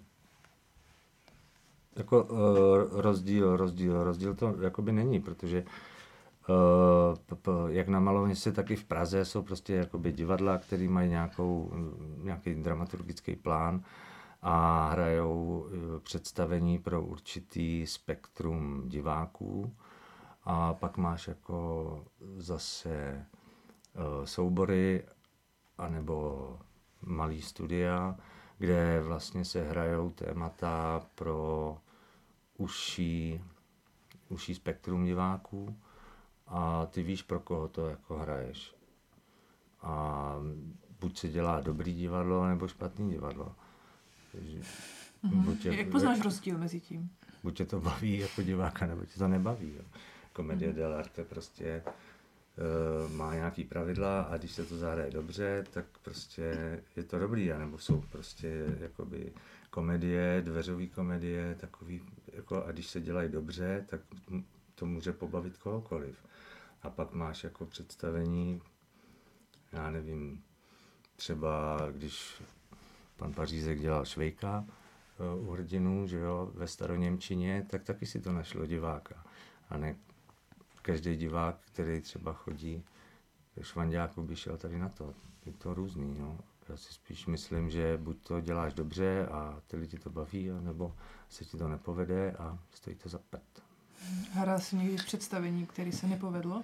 jako uh, rozdíl, rozdíl, rozdíl to jakoby není, protože Uh, p- p- jak na malom městě, tak i v Praze jsou prostě jakoby divadla, které mají nějakou, nějaký dramaturgický plán a hrajou uh, představení pro určitý spektrum diváků. A pak máš jako zase uh, soubory anebo malý studia, kde vlastně se hrajou témata pro užší, užší spektrum diváků. A ty víš, pro koho to jako hraješ. A buď se dělá dobrý divadlo, nebo špatný divadlo. Takže mm-hmm. buď je, jak poznáš rozdíl mezi tím? Buď tě to baví jako diváka, nebo tě to nebaví. Jo. Komedie mm-hmm. dell'arte prostě uh, má nějaký pravidla a když se to zahraje dobře, tak prostě je to dobrý. A nebo jsou prostě jakoby komedie, dveřové komedie, takový, jako, a když se dělají dobře, tak to může pobavit kohokoliv. A pak máš jako představení, já nevím, třeba když pan Pařízek dělal Švejka uh, u Hrdinů, že jo, ve staroněmčině, tak taky si to našlo diváka. A ne každý divák, který třeba chodí do švanďáku, by šel tady na to. Je to různý, no. Já si spíš myslím, že buď to děláš dobře a ty lidi to baví, nebo se ti to nepovede a stojí to za prd. Hrál jsi někdy představení, které se nepovedlo?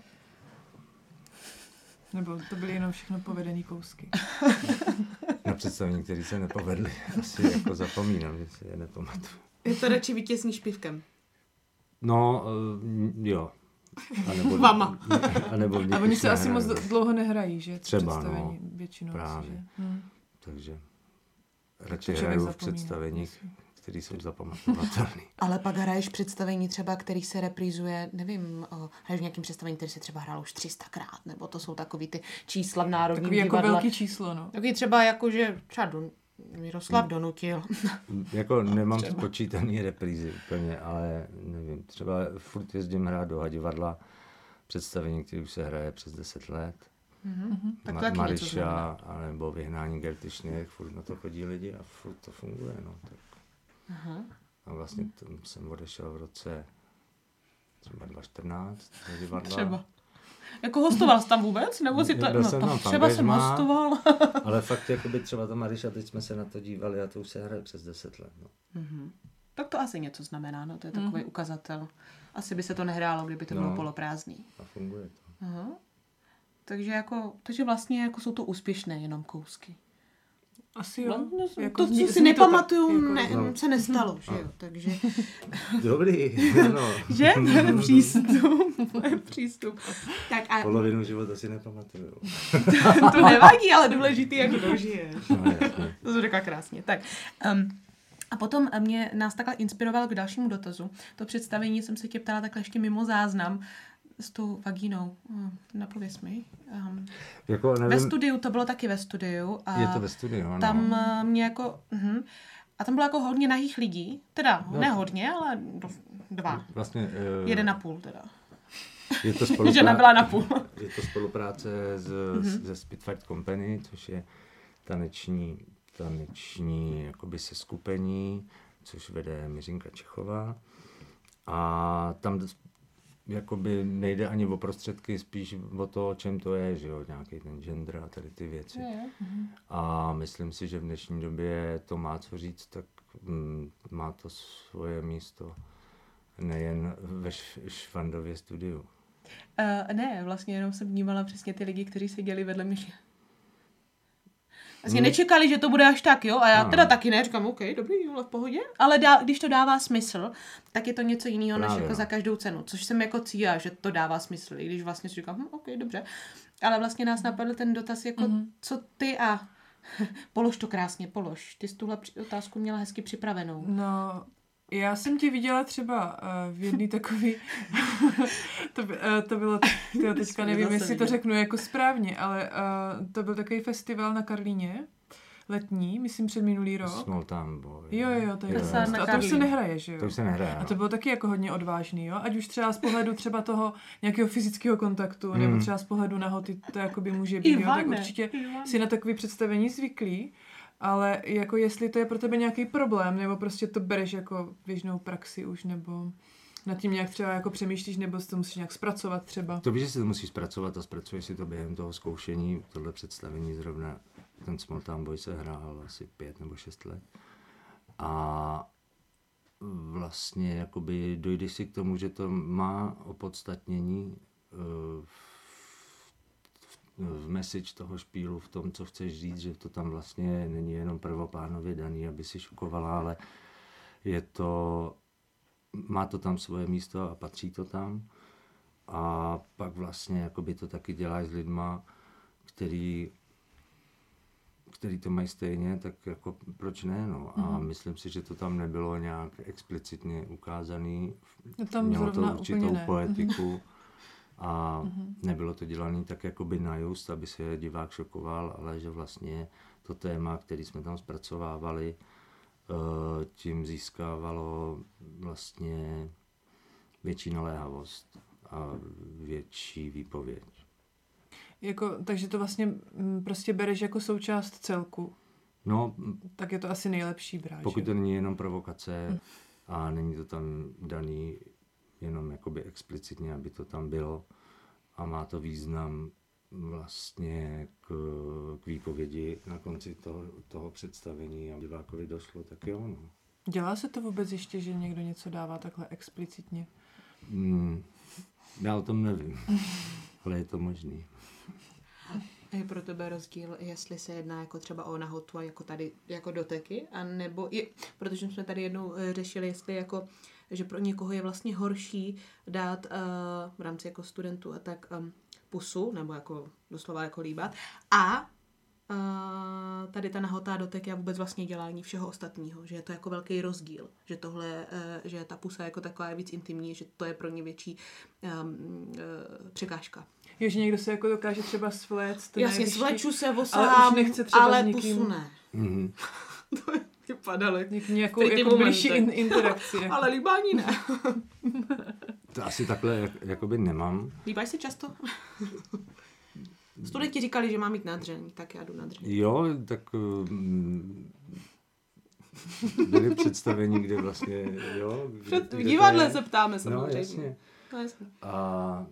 Nebo to byly jenom všechno povedený kousky? Na představení, které se nepovedly, asi jako zapomínám, že si je nepamatuju. Je to radši vítězný špivkem? No, uh, jo. A nebo, Vama. A, nebo a oni se asi moc dlouho nehrají, že? Třeba, představení, no. Většinou. Právě. Asi, že? Hmm. Takže radši hraju v představení, který jsou zapamatovatelný. Ale pak hraješ představení třeba, který se reprízuje, nevím, hraješ v nějakým představení, který se třeba hrál už tři sta krát, nebo to jsou takový ty čísla v Národním takový divadle. Jako velký číslo, no. Takový třeba jako, že třeba do, Miroslav donutil. Jako nemám třeba spočítaný reprízy úplně, ale nevím, třeba furt jezdím hrát do divadla představení, který už se hraje přes deset let. Mm-hmm. Tak Ma- Mariša, nebo Vyhnání Gerty Šněch, furt na to chodí lidi a furt to funguje, no. Tak. Aha. A vlastně tam jsem odešel v roce třeba dva tisíce čtrnáct do divadla. Třeba. Jako hostoval jsi tam vůbec? Nebo si to... Byl no, jsem tam třeba jsem hostoval. Ale fakt jakoby třeba ta Mariša, teď jsme se na to dívali a to už se hraje přes deset let. No. Mm-hmm. Tak to asi něco znamená, no, to je takový mm. ukazatel. Asi by se to nehrálo, kdyby to no, bylo poloprázdný. A funguje to. Aha. Takže, jako, takže vlastně jako jsou to úspěšné jenom kousky. Asi jo. No, no, jako to, zní, co si nepamatuju, jako, ne, no. se nestalo, že jo, takže... Dobrý, ano. Že? Přístup, přístup. Tak a Polovinu života si nepamatuju. to nevadí, ale důležitý, jak dožiješ. No, jasně. To jsem řekla krásně. Tak, um, a potom mě nás takhle inspirovalo k dalšímu dotazu. To představení jsem se tě ptala takhle ještě mimo záznam s tou vagínou. Hmm, napověz mi. Um, Jako, nevím, ve studiu, to bylo taky ve studiu. A je to ve studiu, ano. tam uh, mě jako... Uh-huh, a tam bylo jako hodně nahých lidí. Teda, No. ne hodně, ale do, dva. Vlastně, uh, Jeden a půl teda. Je to spolupráce, Žena byla na půl. je to spolupráce s, mm-hmm. ze Spitfire Company, což je taneční, taneční jakoby seskupení, což vede Miřinka Čechová. A tam jakoby nejde ani o prostředky, spíš o to, o čem to je, že jo, nějaký ten gender a tady ty věci. Je, je. A myslím si, že v dnešní době to má co říct, tak mm, má to svoje místo nejen ve Švandově studiu. Uh, ne, vlastně jenom jsem vnímala přesně ty lidi, kteří seděli vedle mě. Vlastně hmm. nečekali, že to bude až tak, jo? A já teda taky ne, říkám, OK, dobrý, v pohodě. Ale dá, když to dává smysl, tak je to něco jiného, než jako za každou cenu. Což jsem jako cítila, že to dává smysl. I když vlastně si říkám, hm, OK, dobře. Ale vlastně nás napadl ten dotaz, jako mm-hmm. co ty a... Polož to krásně, polož. Ty jsi tuhle otázku měla hezky připravenou. No... Já jsem tě viděla třeba uh, v jedný takový, to, by, uh, to bylo, tyjo, teďka nevím, jestli to řeknu jako správně, ale uh, to byl takový festival na Karlíně, letní, myslím před minulý rok. Small Town Boy. Jo, jo, to je to. A to už se nehraje, že jo? To už se nehraje. A to bylo taky jako hodně odvážný, jo? Ať už třeba z pohledu třeba toho nějakého fyzického kontaktu, hmm. nebo třeba z pohledu nahoty, to jakoby může být, jo? Tak určitě Ivane. Si na takové představení zvyklý. Ale jako jestli to je pro tebe nějaký problém, nebo prostě to bereš jako běžnou praxi už, nebo nad tím nějak třeba jako přemýšlíš, nebo si to musíš nějak zpracovat třeba. To víš, že si to musíš zpracovat a zpracuješ si to během toho zkoušení, tohle představení zrovna, ten Small Town Boy se hrál asi pět nebo šest let. A vlastně jakoby dojdeš si k tomu, že to má opodstatnění uh, v message toho špílu, v tom, co chceš říct, že to tam vlastně není jenom prvoplánově daný, aby si šokovala, ale je to, má to tam svoje místo a patří to tam. A pak vlastně jakoby to taky děláš s lidma, který, který to mají stejně, tak jako proč ne, no. A mm. myslím si, že to tam nebylo nějak explicitně ukázaný. Tam mělo to určitou ne. poetiku. A mm-hmm. nebylo to dělané tak jakoby na just, aby se divák šokoval, ale že vlastně to téma, který jsme tam zpracovávali, tím získávalo vlastně větší naléhavost a větší výpověď. Jako, takže to vlastně prostě bereš jako součást celku. No, tak je to asi nejlepší brát. Pokud to není jenom provokace mm. a není to tam daný jenom jakoby explicitně, aby to tam bylo a má to význam vlastně k, k výpovědi na konci toho, toho představení a divákovi došlo, tak jo, no. Dělá se to vůbec ještě, že někdo něco dává takhle explicitně? Hmm, já o tom nevím, ale je to možný. Je pro tebe rozdíl, jestli se jedná jako třeba o nahotu a jako tady jako doteky, a nebo je, protože jsme tady jednou řešili, jestli jako, že pro někoho je vlastně horší dát uh, v rámci jako studentů a tak um, pusu, nebo jako doslova jako líbat, a uh, tady ta nahotá dotek je vůbec vlastně dělání všeho ostatního, že je to jako velký rozdíl, že tohle, uh, že ta pusa jako taková je víc intimní, že to je pro ně větší um, uh, překážka. Jo, že někdo se jako dokáže třeba svléct. Jasně, svleču se, osahám, ale, nechce třeba ale nikým... pusu ne. Mm-hmm. To je vypadalo. Nějakou jako blížší in, interakci. Jako. Ale líbání ne. To asi takhle jak, jakoby nemám. Líbáš se často? Studenti říkali, že mám mít nadření, tak já jdu nadření. Jo, tak um, byly představení, kde vlastně, jo. Před v divadle se ptáme samozřejmě. No, jasně. No, jasně. A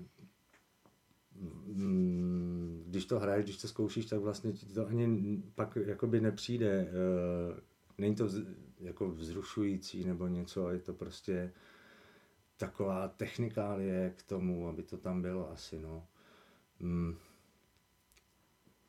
um, když to hraješ, když to zkoušíš, tak vlastně ti to ani pak jakoby nepřijde. Uh, není to vz, jako vzrušující nebo něco, je to prostě taková technikálie k tomu, aby to tam bylo asi, no. Um,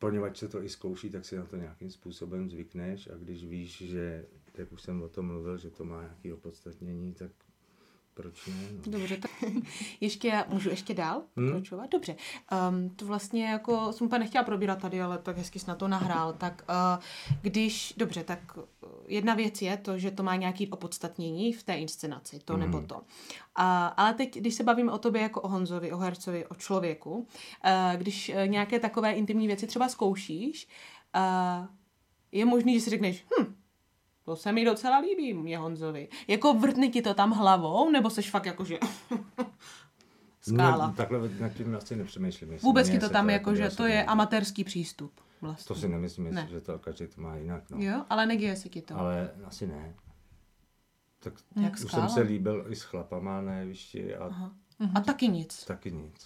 poněvadž se to i zkouší, tak si na to nějakým způsobem zvykneš a když víš, že, jak už jsem o tom mluvil, že to má nějaké opodstatnění, tak proč ne? No. Dobře, tak ještě, můžu ještě dál pokračovat? Hmm? Dobře. Um, to vlastně jako jsem úplně nechtěla probírat tady, ale tak hezky jsi na to nahrál. Tak uh, když, dobře, tak jedna věc je to, že to má nějaké opodstatnění v té inscenaci, to hmm. nebo to. Uh, ale teď, když se bavíme o tobě jako o Honzovi, o hercovi, o člověku, uh, když uh, nějaké takové intimní věci třeba zkoušíš, uh, je možný, že si řekneš, hm, to se mi docela líbí, mě Honzovi. Jako vrtne ti to tam hlavou, nebo seš fakt jakože skála? No, takhle nad tím asi nepřemýšlím. Vůbec ti to tam to jakože to je amatérský přístup. Vlastně. To si nemyslím, ne. že to každý to má jinak. No. Jo, ale neděje se ti to. Ale asi ne. Tak jak už skála? jsem se líbil i s chlapama na jevišti a... Aha. A taky nic. Taky nic.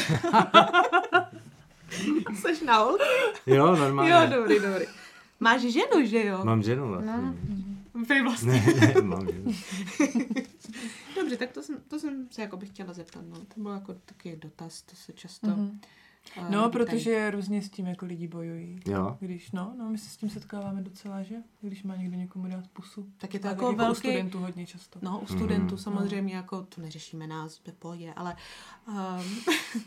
Seš na holky? Jo, normálně. Jo, dobrý, dobrý. Máš ženu, že jo? Mám ženu vlastně. No. Prý vlastně. Ne, ne, mám ženu. Dobře, tak to jsem, to jsem se jako bych chtěla zeptat. No. To byl jako taky dotaz, to se často... Mm-hmm. Uh, no, protože různě s tím jako lidi bojují. Jo. Když, no, no, my se s tím setkáváme docela, že? Když má někdo někomu dát pusu. Tak je to a jako velký... velký... u studentů hodně často. No, u studentů mm-hmm. samozřejmě, jako to neřešíme nás v pohodě, ale... Um,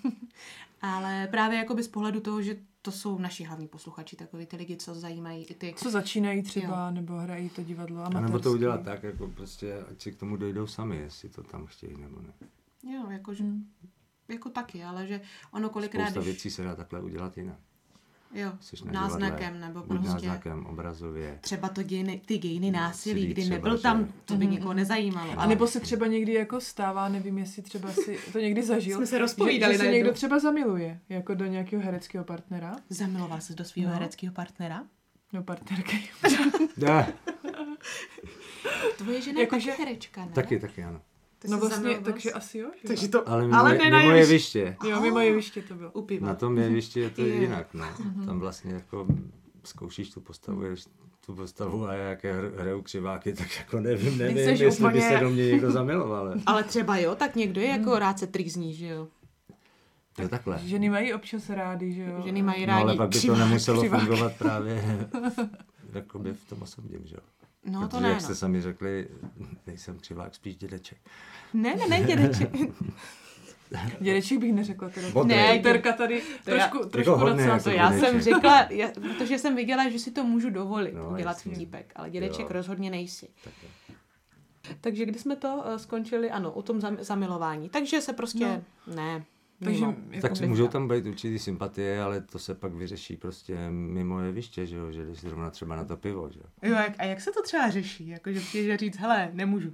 ale právě jakoby z pohledu toho, že to jsou naši hlavní posluchači, takový ty lidi, co zajímají i ty... Co začínají třeba, jo. nebo hrají to divadlo amatérský. A nebo to udělat tak, jako prostě, ať si k tomu dojdou sami, jestli to tam chtějí, nebo ne. Jo, jakože... Hmm. Jako taky, ale že ono kolikrát... Spousta věcí se dá takhle udělat jinak. Jo, náznakem nebo buď prostě... náznakem, obrazově. Třeba to dějiny, ty dějiny násilí, kdy třeba, nebyl tam, že... to by mm-hmm. nikoho nezajímalo. A nebo se třeba někdy jako stává, nevím, jestli třeba si to někdy zažil. Jsme se rozpovídali. Že, že se někdo třeba zamiluje, jako do nějakého hereckého partnera. Zamiloval se do svého no. hereckého partnera? Do partnerky. Ne. Tvoje žena je taky herečka, ne? Taky, taky, ano. No vlastně, takže asi jo. Že? Takže to, ale mimo, ale mimo jeviště. jeviště. Jo, mimo jeviště to bylo. Upiva. Na tom jevišti je to jinak, no. Tam vlastně jako zkoušíš tu postavu, tu postavu a jak hrajou křiváky, tak jako nevím, nevím, jestli úplně... by se do mě někdo zamiloval. Ale třeba jo, tak někdo je jako rád se trýzní, že jo. Jo, takhle. Ženy mají občas rádi, že jo. Ženy mají rádi no, ale pak by křivák, to nemuselo křivák. fungovat právě jakoby v tom osobním, že jo. No protože, to ne, jak no. jste sami řekli, nejsem křivák, spíš dědeček. Ne, ne, ne, dědeček. Dědeček bych neřekla teda. Hodnej. Ne, Terka tady trošku, já, trošku hodnej, docela. jako to já jsem řekla, já, protože jsem viděla, že si to můžu dovolit, no, dělat vtípek, ale dědeček jo. rozhodně nejsi. Tak Takže když jsme to uh, skončili, ano, u tom zam- zamilování. Takže se prostě, no. ne. Takže, jako tak můžou tam být určitý sympatie, ale to se pak vyřeší prostě mimo jeviště, že jo, že jdeš zrovna třeba na to pivo, že jo. Jo, a jak se to třeba řeší? Jako, že přijdeš říct, hele, nemůžu.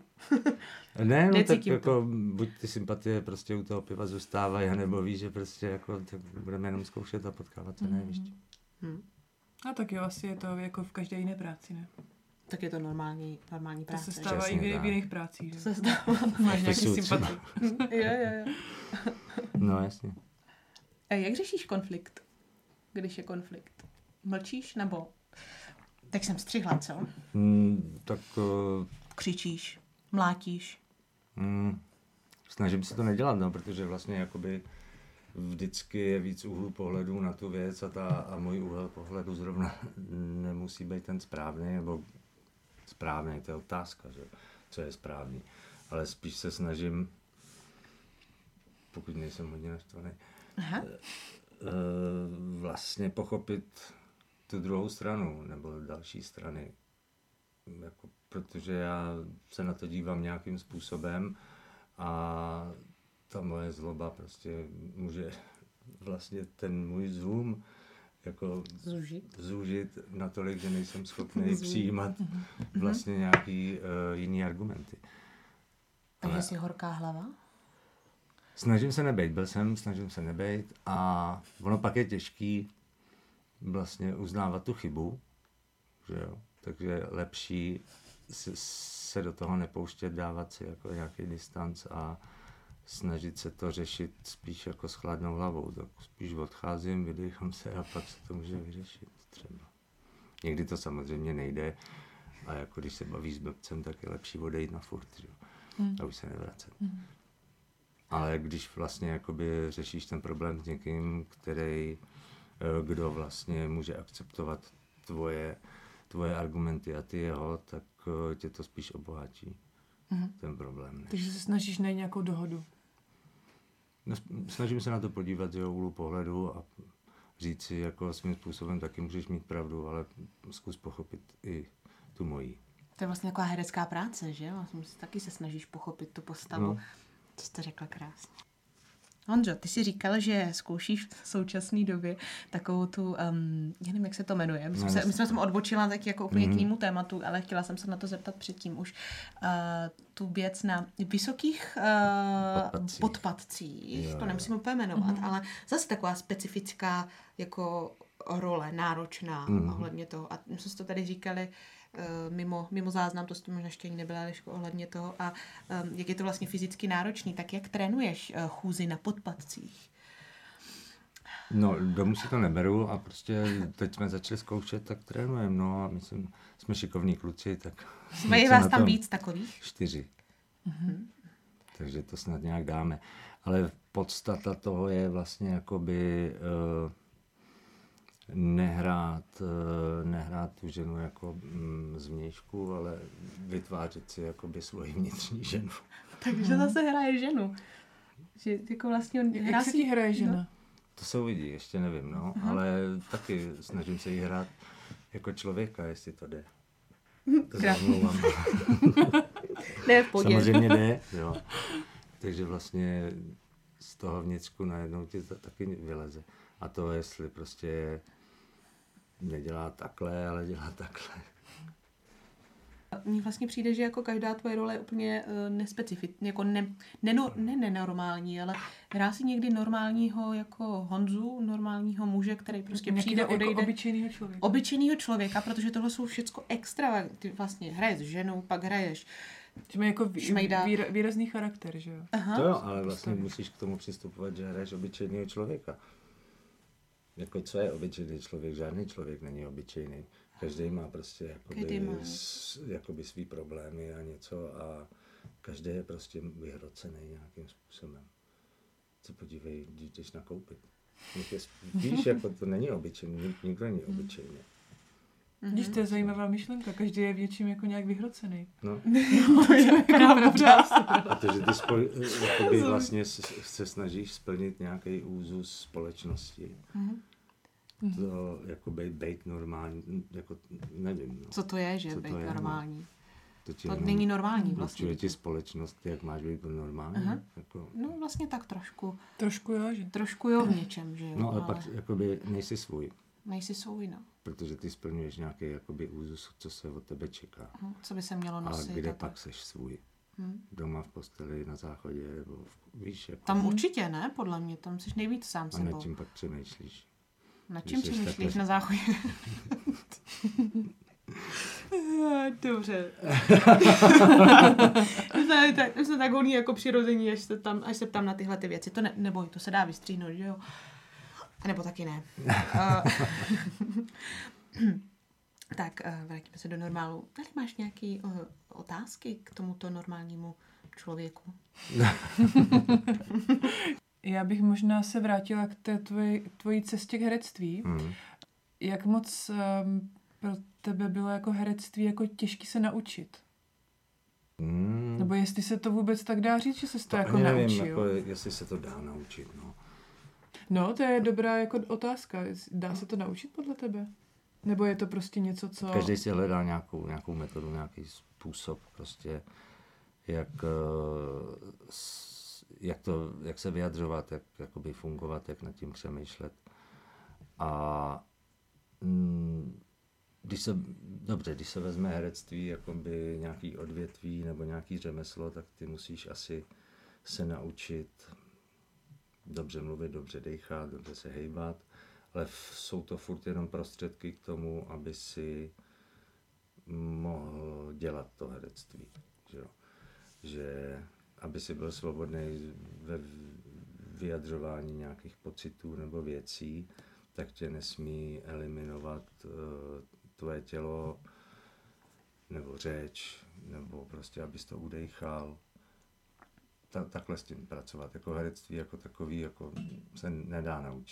Ne, no tak jako, buď ty sympatie prostě u toho piva zůstávají, nebo víš, že prostě jako, tak budeme jenom zkoušet a potkávat se mm-hmm. na jevišti. Hmm. A tak jo, asi je to jako v každé jiné práci, ne? Tak je to normální, normální práce. To se stává i v, v jiných prácích, že? To se stává. Máš nějaký sympatie. jo, jo, jo. No, jasně. A jak řešíš konflikt, když je konflikt? Mlčíš nebo... Tak jsem střihla, co? Mm, tak... Uh... Křičíš, mlátíš? Mm, snažím se to nedělat, no, protože vlastně jakoby vždycky je víc úhlů pohledu na tu věc a, ta, a můj úhel pohledu zrovna nemusí být ten správný, nebo správný, to je otázka, že? Co je správný. Ale spíš se snažím, pokud nejsem hodně naštvaný, Aha. vlastně pochopit tu druhou stranu, nebo další strany. Jako, protože já se na to dívám nějakým způsobem a ta moje zloba prostě může vlastně ten můj zoom jako zúžit, zúžit natolik, že nejsem schopný přijímat vlastně nějaký uh, jiný argumenty. Takže Ale... jsi horká hlava? Snažím se nebejt, byl jsem, snažím se nebejt a ono pak je těžký vlastně uznávat tu chybu, že jo, takže je lepší se, se do toho nepouštět, dávat si jako nějaký distanc a snažit se to řešit spíš jako s chladnou hlavou, tak spíš odcházím, vydechám se a pak se to může vyřešit třeba. Někdy to samozřejmě nejde a jako když se bavíš s blbcem, tak je lepší odejít na furt, že jo, hmm. a už se nevracet. Hmm. Ale když vlastně jakoby řešíš ten problém s někým, který kdo vlastně může akceptovat tvoje, tvoje argumenty a ty jeho, tak tě to spíš obohatí. Mm-hmm. Ten problém. Než... Takže se snažíš najít nějakou dohodu. No, snažím se na to podívat z jeho úhlu pohledu a říct si, jako svým způsobem taky můžeš mít pravdu, ale zkus pochopit i tu mojí. To je vlastně taková herecká práce, že? Vlastně taky se snažíš pochopit tu postavu. No. To jste řekla krásně. Honzo, ty jsi říkal, že zkoušíš v současné době takovou tu, um, já nevím, jak se to jmenuje, my jsme, se, my jsme se odbočila tak jako úplně mm. k jinému tématu, ale chtěla jsem se na to zeptat předtím už. Uh, tu věc na vysokých uh, podpadcích, podpadcích to nemusím úplně jmenovat, mm. ale zase taková specifická jako role, náročná mm. ohledně toho. A my jsme si to tady říkali Mimo, mimo záznam, to jste možná ještě nebyla ohledně toho. A um, jak je to vlastně fyzicky náročný, tak jak trénuješ uh, chůzi na podpadcích? No, domů si to neberu a prostě teď jsme začali zkoušet, tak trénujeme. No a myslím, jsme šikovní kluci, tak... Mají vás tam víc takových? Čtyři. Mm-hmm. Takže to snad nějak dáme. Ale podstata toho je vlastně jakoby... Uh, nehrát, nehrát tu ženu jako mm, zvnějšku, ale vytvářet si jakoby svoji vnitřní ženu. Takže hmm. zase hraje ženu. Že jako vlastně on Jak se ti hraje žena? No. To se uvidí, ještě nevím, no, uh-huh. ale taky snažím se jí hrát jako člověka, jestli to jde. To se omlouvám. Ne, v pohodě. Samozřejmě ne, jo. Takže vlastně z toho vnitřku najednou ti to taky vyleze. A to, jestli prostě nedělá takhle, ale dělá takhle. Mně vlastně přijde, že jako každá tvoje role je úplně uh, nespecifická, jako ne, ne, ne nenormální, ale hrá si někdy normálního jako Honzu, normálního muže, který prostě Nějaký přijde, jako odejde. Obyčejného člověka. Obyčejného člověka, protože tohle jsou všecko extra. Ty vlastně hraješ ženou, pak hraješ Že má jako vý, výra, výrazný charakter, že jo? Aha. To jo, ale vlastně musíš k tomu přistupovat, že hraješ obyčejného člověka. Jako co je obyčejný člověk? Žádný člověk není obyčejný. Každý má prostě jakoby, má. S, jakoby svý problémy a něco a každý je prostě vyhrocený nějakým způsobem. Co podívej, když jdeš nakoupit. Je, víš, jako to není obyčejný, nikdo není obyčejný. Když to je zajímavá myšlenka, každý je větším jako nějak vyhrocený. No. no to je pravda. Protože ty spoj, jakoby vlastně se snažíš splnit nějaký úzus společnosti. Mm-hmm. To jako být, být normální, jako nevím. No. Co to je, že být normální? To, to není normální vlastně. Určuje ti společnost, jak máš být normální. Uh-huh. Jako... No vlastně tak trošku. Trošku jo, že? Trošku jo v něčem, že jo. No ale, ale... pak jakoby nejsi svůj. Nejsi svůj, no. Protože ty splňuješ nějaký jakoby úzus, co se od tebe čeká. Uh-huh. Co by se mělo nosit. A kde pak to... seš svůj? Hmm. Doma v posteli, na záchodě, nebo v, víš, jako... Tam určitě ne, podle mě, tam jsi nejvíc sám sebou. A nad čím pak přemýšlíš? Na čím přemýšlíš takhle... na záchodě? Dobře. jsme, tak, jsme tak hodný jako přirození, až se, tam, až se ptám na tyhle ty věci. To ne, neboj, to se dá vystříhnout, že jo? A nebo taky ne. Tak, vrátíme se do normálu. Tady máš nějaké uh, otázky k tomuto normálnímu člověku? Já bych možná se vrátila k té tvoji, tvojí cestě k herectví. Mm. Jak moc um, pro tebe bylo jako herectví jako těžký se naučit? Mm. Nebo jestli se to vůbec tak dá říct, že se to, to jako nevím, naučil? Jako, jestli se to dá naučit, no. No, to je dobrá jako otázka. Dá se to naučit podle tebe? Nebo je to prostě něco, co... Každý si hledá nějakou, nějakou metodu, nějaký způsob prostě, jak, jak, to, jak se vyjadřovat, jak jakoby fungovat, jak nad tím přemýšlet. A mm, když se, dobře, když se vezme herectví, jakoby nějaký odvětví nebo nějaký řemeslo, tak ty musíš asi se naučit dobře mluvit, dobře dejchat, dobře se hejbat, ale jsou to furt jenom prostředky k tomu, aby si mohl dělat to herectví. Že, že aby si byl svobodný ve vyjadřování nějakých pocitů nebo věcí, tak tě nesmí eliminovat uh, tvoje tělo nebo řeč, nebo prostě, abys to udejchal. Ta, takhle s tím pracovat. Jako herectví jako takový jako se nedá naučit.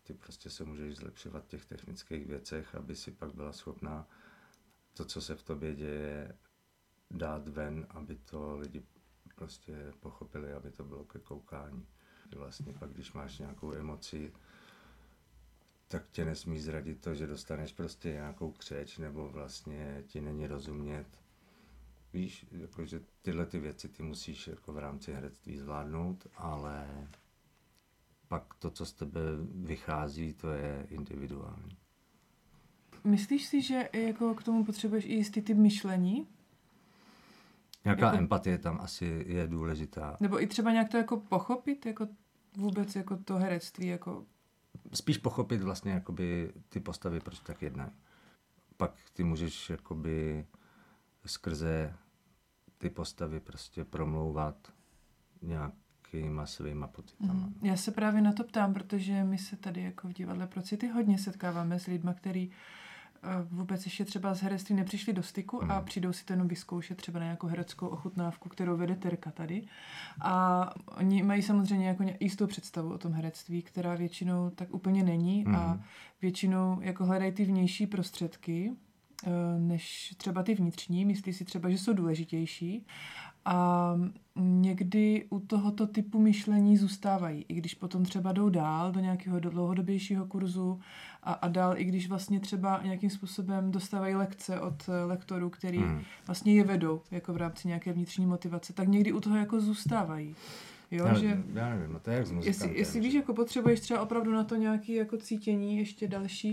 ty prostě se můžeš zlepšovat v těch technických věcech, aby si pak byla schopná to, co se v tobě děje, dát ven, aby to lidi prostě pochopili, aby to bylo ke koukání. Vlastně pak, když máš nějakou emoci, tak tě nesmí zradit to, že dostaneš prostě nějakou křeč, nebo vlastně ti není rozumět. Víš, jakože tyhle ty věci ty musíš jako v rámci herectví zvládnout, ale pak to, co z tebe vychází, to je individuální. Myslíš si, že jako k tomu potřebuješ i jistý typ myšlení? Nějaká jako... empatie tam asi je důležitá. Nebo i třeba nějak to jako pochopit, jako vůbec jako to herectví, jako... Spíš pochopit vlastně jakoby ty postavy, proč tak jednají. Pak ty můžeš jakoby skrze ty postavy prostě promlouvat nějakýma svýma pocitama. Mm. Já se právě na to ptám, protože my se tady jako v divadle Procity hodně setkáváme s lidma, který vůbec ještě třeba z herectví nepřišli do styku mm. a přijdou si to jenom vyzkoušet třeba na nějakou hereckou ochutnávku, kterou vede Terka tady. A oni mají samozřejmě jako jistou představu o tom herectví, která většinou tak úplně není mm. a většinou jako hledají ty vnější prostředky, než třeba ty vnitřní. Myslí si třeba, že jsou důležitější. A někdy u tohoto typu myšlení zůstávají, i když potom třeba jdou dál do nějakého dlouhodobějšího kurzu a, a dál, i když vlastně třeba nějakým způsobem dostávají lekce od lektorů, který hmm. vlastně je vedou jako v rámci nějaké vnitřní motivace, tak někdy u toho jako zůstávají. Jo, já, že já nevím, no to je jak s muzikantem. Jestli, jestli víš, jako potřebuješ třeba opravdu na to nějaké jako cítění ještě další.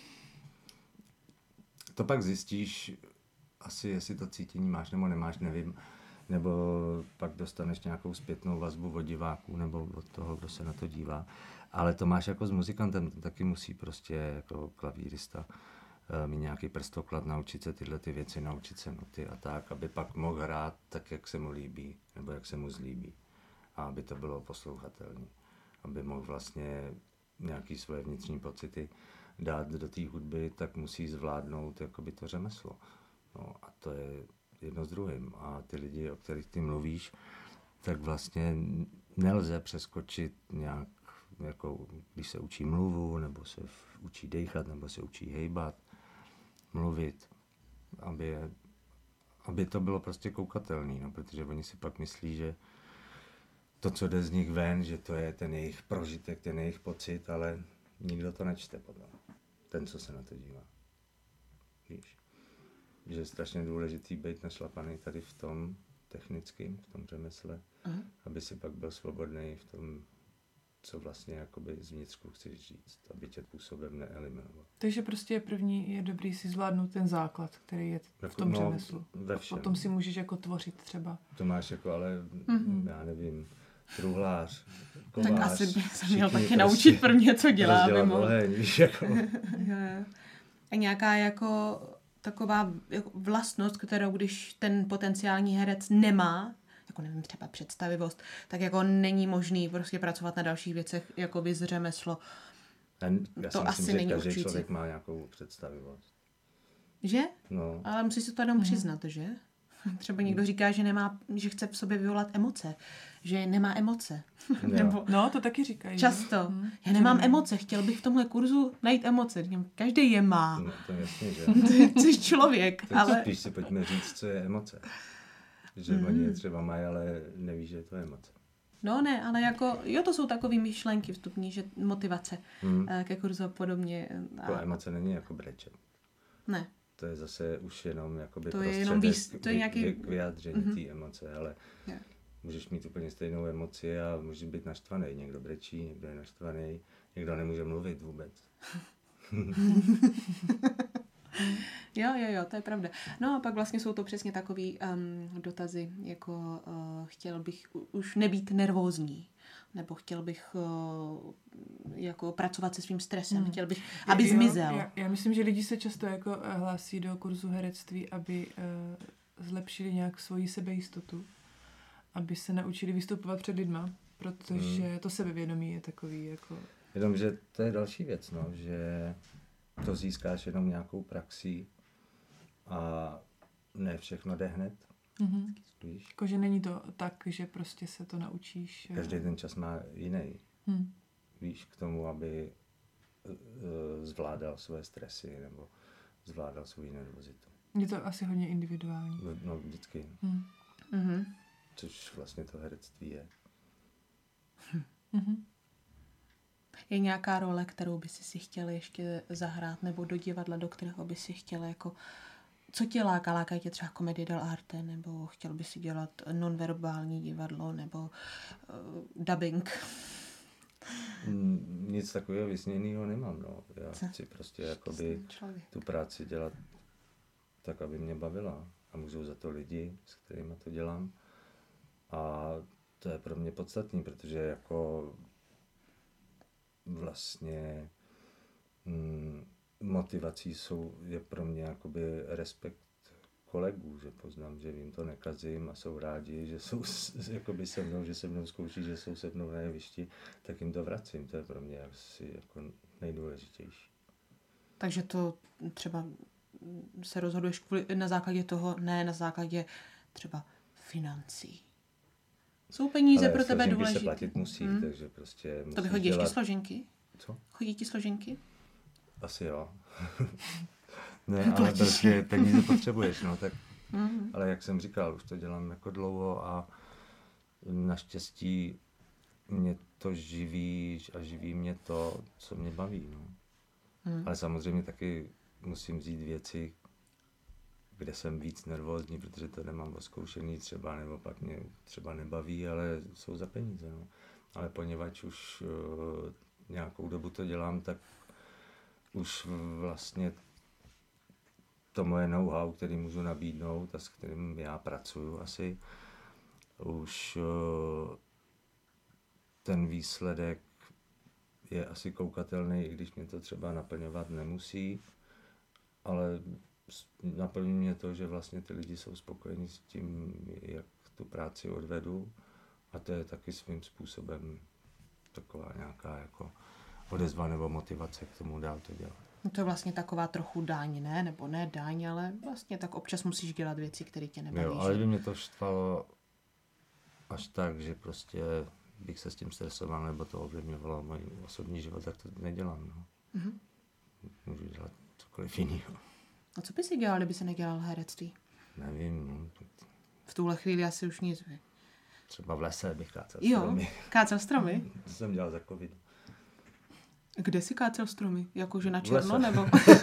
To pak zjistíš asi, jestli to cítění máš nebo nemáš, nevím. Nebo pak dostaneš nějakou zpětnou vazbu od diváků nebo od toho, kdo se na to dívá. Ale to máš jako s muzikantem, ten taky musí prostě jako klavírista mít nějaký prstoklad, naučit se tyhle ty věci, naučit se noty a tak, aby pak mohl hrát tak, jak se mu líbí, nebo jak se mu zlíbí. A aby to bylo poslouchatelné. Aby mohl vlastně nějaký svoje vnitřní pocity dát do té hudby, tak musí zvládnout jakoby to řemeslo. No a to je jedno s druhým. A ty lidi, o kterých ty mluvíš, tak vlastně nelze přeskočit nějak, jako když se učí mluvu, nebo se učí dejchat, nebo se učí hejbat, mluvit, aby, je, aby to bylo prostě koukatelný, no, protože oni si pak myslí, že to, co jde z nich ven, že to je ten jejich prožitek, ten jejich pocit, ale nikdo to nečte potom. Ten, co se na to dívá. Víš? Že je strašně důležitý být našlapaný tady v tom technickém, v tom řemesle, uh-huh. aby si pak byl svobodný v tom, co vlastně jakoby zvnitřku chceš říct, aby tě působem neeliminoval. Takže prostě první je dobrý si zvládnout ten základ, který je v tom no, řemeslu. Ve všem. Potom si můžeš jako tvořit třeba. To máš jako, ale mm-hmm. já nevím, truhlář, kovář. Tak asi by se měl taky prostě naučit prvně, co dělá. Rozdělat oheň, víš, jako. A nějaká jako taková jako vlastnost, kterou když ten potenciální herec nemá, jako nevím, třeba představivost, tak jako není možný prostě pracovat na dalších věcech, jako by z řemeslo. Já, já to asi myslím, že každý učící. Člověk má nějakou představivost. Že? No. Ale musí si to jenom mm. přiznat, že? Třeba někdo říká, že nemá, že chce v sobě vyvolat emoce. Že nemá emoce. Nebo, no, to taky říkají. Často. Hmm. Já nemám emoce, chtěl bych v tomhle kurzu najít emoce. Každý je má. No, to je jasně, že? Jsi člověk, tak ale... spíš si pojďme říct, co je emoce. Že hmm. oni je třeba mají, ale neví, že je to emoce. No ne, ale jako, jo, to jsou takové myšlenky vstupní, že motivace hmm. ke kurzu a podobně. A... To emoce není jako brečet. Ne. To je zase už jenom jakoby to je jenom výs, to je nějaký... k vyjádření mm-hmm. té emoce, ale yeah. můžeš mít úplně stejnou emoci a můžeš být naštvaný. Někdo brečí, někdo je naštvaný, někdo nemůže mluvit vůbec. Jo, jo, jo, to je pravda. No a pak vlastně jsou to přesně takový um, dotazy, jako uh, chtěl bych už nebýt nervózní, nebo chtěl bych uh, jako pracovat se svým stresem, hmm. chtěl bych, aby jo, zmizel. Já, já myslím, že lidi se často jako hlásí do kurzu herectví, aby uh, zlepšili nějak svoji sebejistotu, aby se naučili vystupovat před lidma, protože hmm. to sebevědomí je takový jako... Jenomže to je další věc, no, že to získáš jenom nějakou praxí a ne všechno jde hned. Mm-hmm. Víš? Jakože není to tak, že prostě se to naučíš. Každý ten čas má jiný. Hmm. Víš, k tomu, aby zvládal své stresy nebo zvládal svou nervozitu. Je to asi hodně individuální. No, no vždycky. Hmm. Mm-hmm. Což vlastně to herectví je. Mm-hmm. Je nějaká role, kterou by si si chtěl ještě zahrát, nebo do divadla, do kterého by si chtěl jako... Co tě láká? Láká tě třeba komedie dell'arte, nebo chtěl by si dělat nonverbální divadlo, nebo uh, dubbing? Nic takového vysněného nemám, no. Já Co? chci prostě jakoby tu práci dělat tak, aby mě bavila. A můžou za to lidi, s kterými to dělám. A to je pro mě podstatný, protože jako vlastně hm, motivací jsou, je pro mě jakoby respekt kolegů, že poznám, že jim to nekazím a jsou rádi, že jsou jakoby se mnou, že se mnou zkouší, že jsou se mnou na jevišti, tak jim to vracím. To je pro mě asi jako nejdůležitější. Takže to třeba se rozhoduješ kvůli, na základě toho, ne na základě třeba financí. Jsou peníze ale pro tebe důležité. se platit musí, hmm. takže prostě musíš To by hodíš dělat... ti složenky? Co? Chodí ti složenky? Asi jo. Ne, ale prostě peníze potřebuješ, no, tak, mm-hmm. ale jak jsem říkal, už to dělám jako dlouho a naštěstí mě to živí a živí mě to, co mě baví, no. Mm. Ale samozřejmě taky musím vzít věci, kde jsem víc nervózní, protože to nemám oskoušený třeba, nebo pak mě třeba nebaví, ale jsou za peníze, no. Ale poněvadž už uh, nějakou dobu to dělám, tak už vlastně to moje know-how, který můžu nabídnout a s kterým já pracuju asi, už uh, ten výsledek je asi koukatelný, i když mě to třeba naplňovat nemusí, ale naplní mě to, že vlastně ty lidi jsou spokojení s tím, jak tu práci odvedu, a to je taky svým způsobem taková nějaká jako odezva nebo motivace k tomu dál to dělat. To je vlastně taková trochu daň, ne? Nebo ne daň, ale vlastně tak občas musíš dělat věci, které tě nebaví. Jo, ale by mě to štvalo až tak, že prostě bych se s tím stresoval, nebo to ovlivňovalo můj osobní život, tak to nedělám. No. Mm-hmm. Můžu dělat cokoliv jiného. A co by si dělal, kdyby se nedělal herectví? Nevím. No. V tuhle chvíli asi už nic. Třeba v lese bych kácel jo, stromy. Jo, kácel stromy? To jsem dělal za covidu. Kde jsi kácel stromy? Jakože na černo, nebo?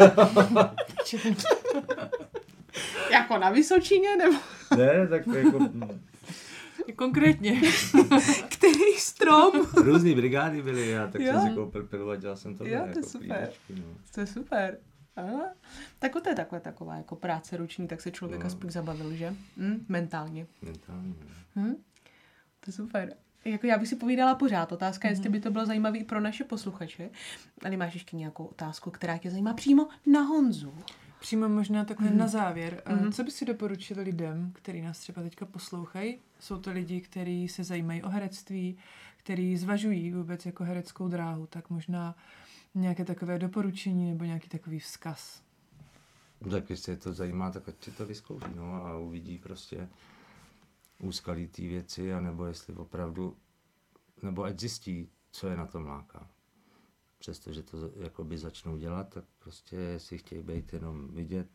Jako na Vysočině, nebo? Ne, tak jako... Konkrétně. Který strom? Různý brigády byly a tak jo. jsem si koupil pilu a dělal jsem to. Jo, to jako je super. Klídečky, no. To je super. Aha. Tak to je takové, taková jako práce ruční, tak se člověk no. aspoň zabavil, že? Hm? Mentálně. Mentálně. Hm? To je super. Jako já bych si povídala pořád. Otázka, mm-hmm. jestli by to bylo zajímavé pro naše posluchače. Ale máš ještě nějakou otázku, která tě zajímá přímo na Honzu? Přímo možná takhle mm-hmm. na závěr. Mm-hmm. Co by si doporučili lidem, kteří nás třeba teďka poslouchají? Jsou to lidi, kteří se zajímají o herectví, kteří zvažují vůbec jako hereckou dráhu, tak možná nějaké takové doporučení nebo nějaký takový vzkaz. Tak jestli je to zajímá, tak ať si to vyzkouší, no, a uvidí prostě úskalí té věci, anebo jestli opravdu, nebo ať zjistí, co je na tom láká. Přestože to jakoby začnou dělat, tak prostě jestli chtějí být jenom vidět,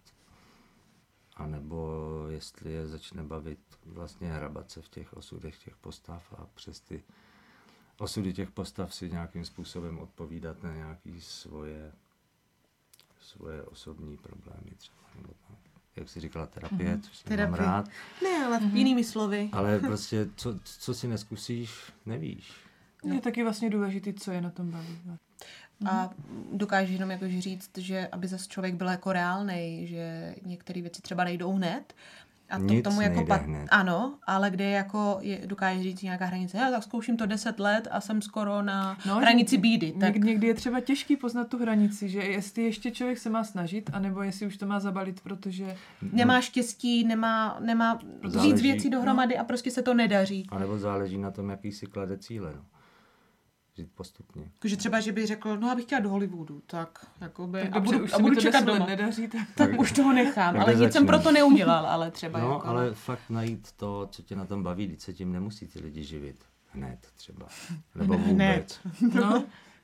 anebo jestli je začne bavit vlastně hrabat se v těch osudech těch postav a přes ty osudy těch postav si nějakým způsobem odpovídat na nějaké svoje, svoje osobní problémy třeba, nebo tak. Jak jsi říkala, terapie, mm-hmm. což nemám rád. Ne, ale mm-hmm. jinými slovy. Ale prostě, co, co si neskusíš, nevíš. No. Je taky vlastně důležitý, co je na tom baví. A dokážeš jenom jakože říct, že aby zase člověk byl jako reálnej, že některé věci třeba nejdou hned. A to Nic tomu jako pat... hned. Ano, ale kde jako je, dokážeš říct nějaká hranice. Já tak zkouším to deset let a jsem skoro na no, hranici bídy. Tak... Někdy je třeba těžký poznat tu hranici, že jestli ještě člověk se má snažit, anebo jestli už to má zabalit, protože... Nemá štěstí, nemá, nemá víc věcí dohromady no. a prostě se to nedaří. A nebo záleží na tom, jaký si klade cíle, no. Žít postupně. Takže třeba, že by řekl, no já bych chtěla do Hollywoodu, tak jakoby, tak a budu, už a budu čekat doma. Nedaří, tak... tak už toho nechám, ale nic jsem proto neudělal, ale třeba No, jako... ale fakt najít to, co tě na tom baví, když se tím nemusí ty lidi živit. Hned třeba. Nebo vůbec. No.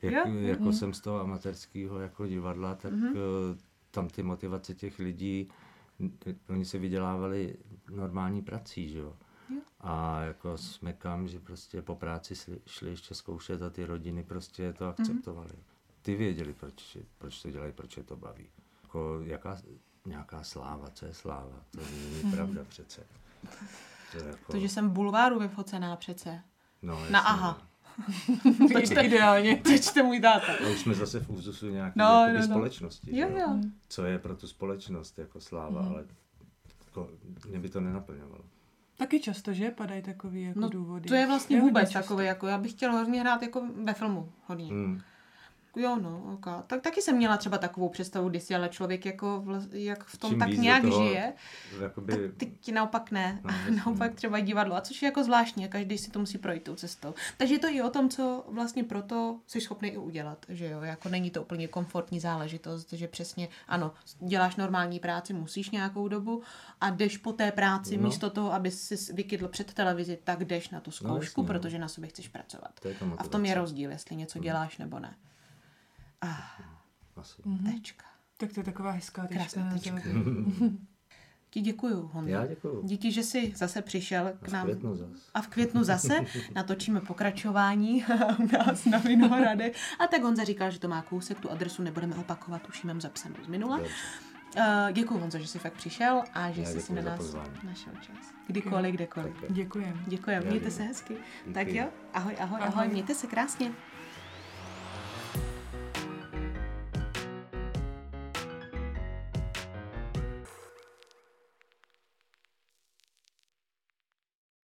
Jak, Jo? jako Mhm. jsem z toho amatérského jako divadla, tak Mhm. eh, tam ty motivace těch lidí, n- oni se vydělávali normální prací, že jo. Jo. A jako smekám, že prostě po práci šli, šli ještě zkoušet a ty rodiny prostě to akceptovali. Ty věděli, proč, proč to dělají, proč je to baví. Jako jaká, nějaká sláva, co je sláva, to není pravda přece. To, je jako, To, že jsem v bulváru vyfocená přece. no, Na jasně, aha. To čte ideálně. To čte můj táta. A už jsme zase v úzusu nějaké No, no, no, no. společnosti. Jo, že jo. Co je pro tu společnost jako sláva, Mhm. ale jako, mě by to nenaplňovalo. Taky často, že? Padají takový jako No, důvody. to je vlastně Jo, hodně vůbec často. takový, jako já bych chtěla hodně hrát jako ve filmu, hodně. Hmm. Jo, no, okay. Tak taky jsem měla třeba takovou představu kdysi, ale člověk jako vla- jak v tom Čím tak víc do nějak toho, žije, Jakoby, tak teď naopak ne. No, No, jasně. naopak třeba divadlo. A což je jako zvláštní, a každý si to musí projít tou cestou. Takže je to i o tom, co vlastně proto jsi schopný i udělat, že jo, jako není to úplně komfortní záležitost, že přesně, ano, děláš normální práci, musíš nějakou dobu a jdeš po té práci, No. místo toho, aby si vykydl před televizi, tak jdeš na tu zkoušku, jasně, no. protože na sobě chceš pracovat. To je ta A v tom je motivace. rozdíl, jestli něco děláš nebo ne. Ah, Asi. tečka. Tak to je taková hezká tečka Krásná na tečka. závěr. Ti děkuju, Honzo. Já děkuju. Díky, že jsi zase přišel A k v nám. květnu zas. A v květnu zase natočíme pokračování u nás na Vinohrady. A tak Honza říkal, že to má kousek, tu adresu nebudeme opakovat, už ji mám zapsanou z minula. Dobře. Uh, děkuju, Honzo, že jsi fakt přišel a že Já jsi si děkuju na za nás pozvání. našel čas. Kdykoliv, kdekoliv. Tak jo. Děkujeme. Děkujeme, Já mějte děkuju. se hezky. Díky. Tak jo, ahoj, ahoj, ahoj, Ahoj. mějte se krásně.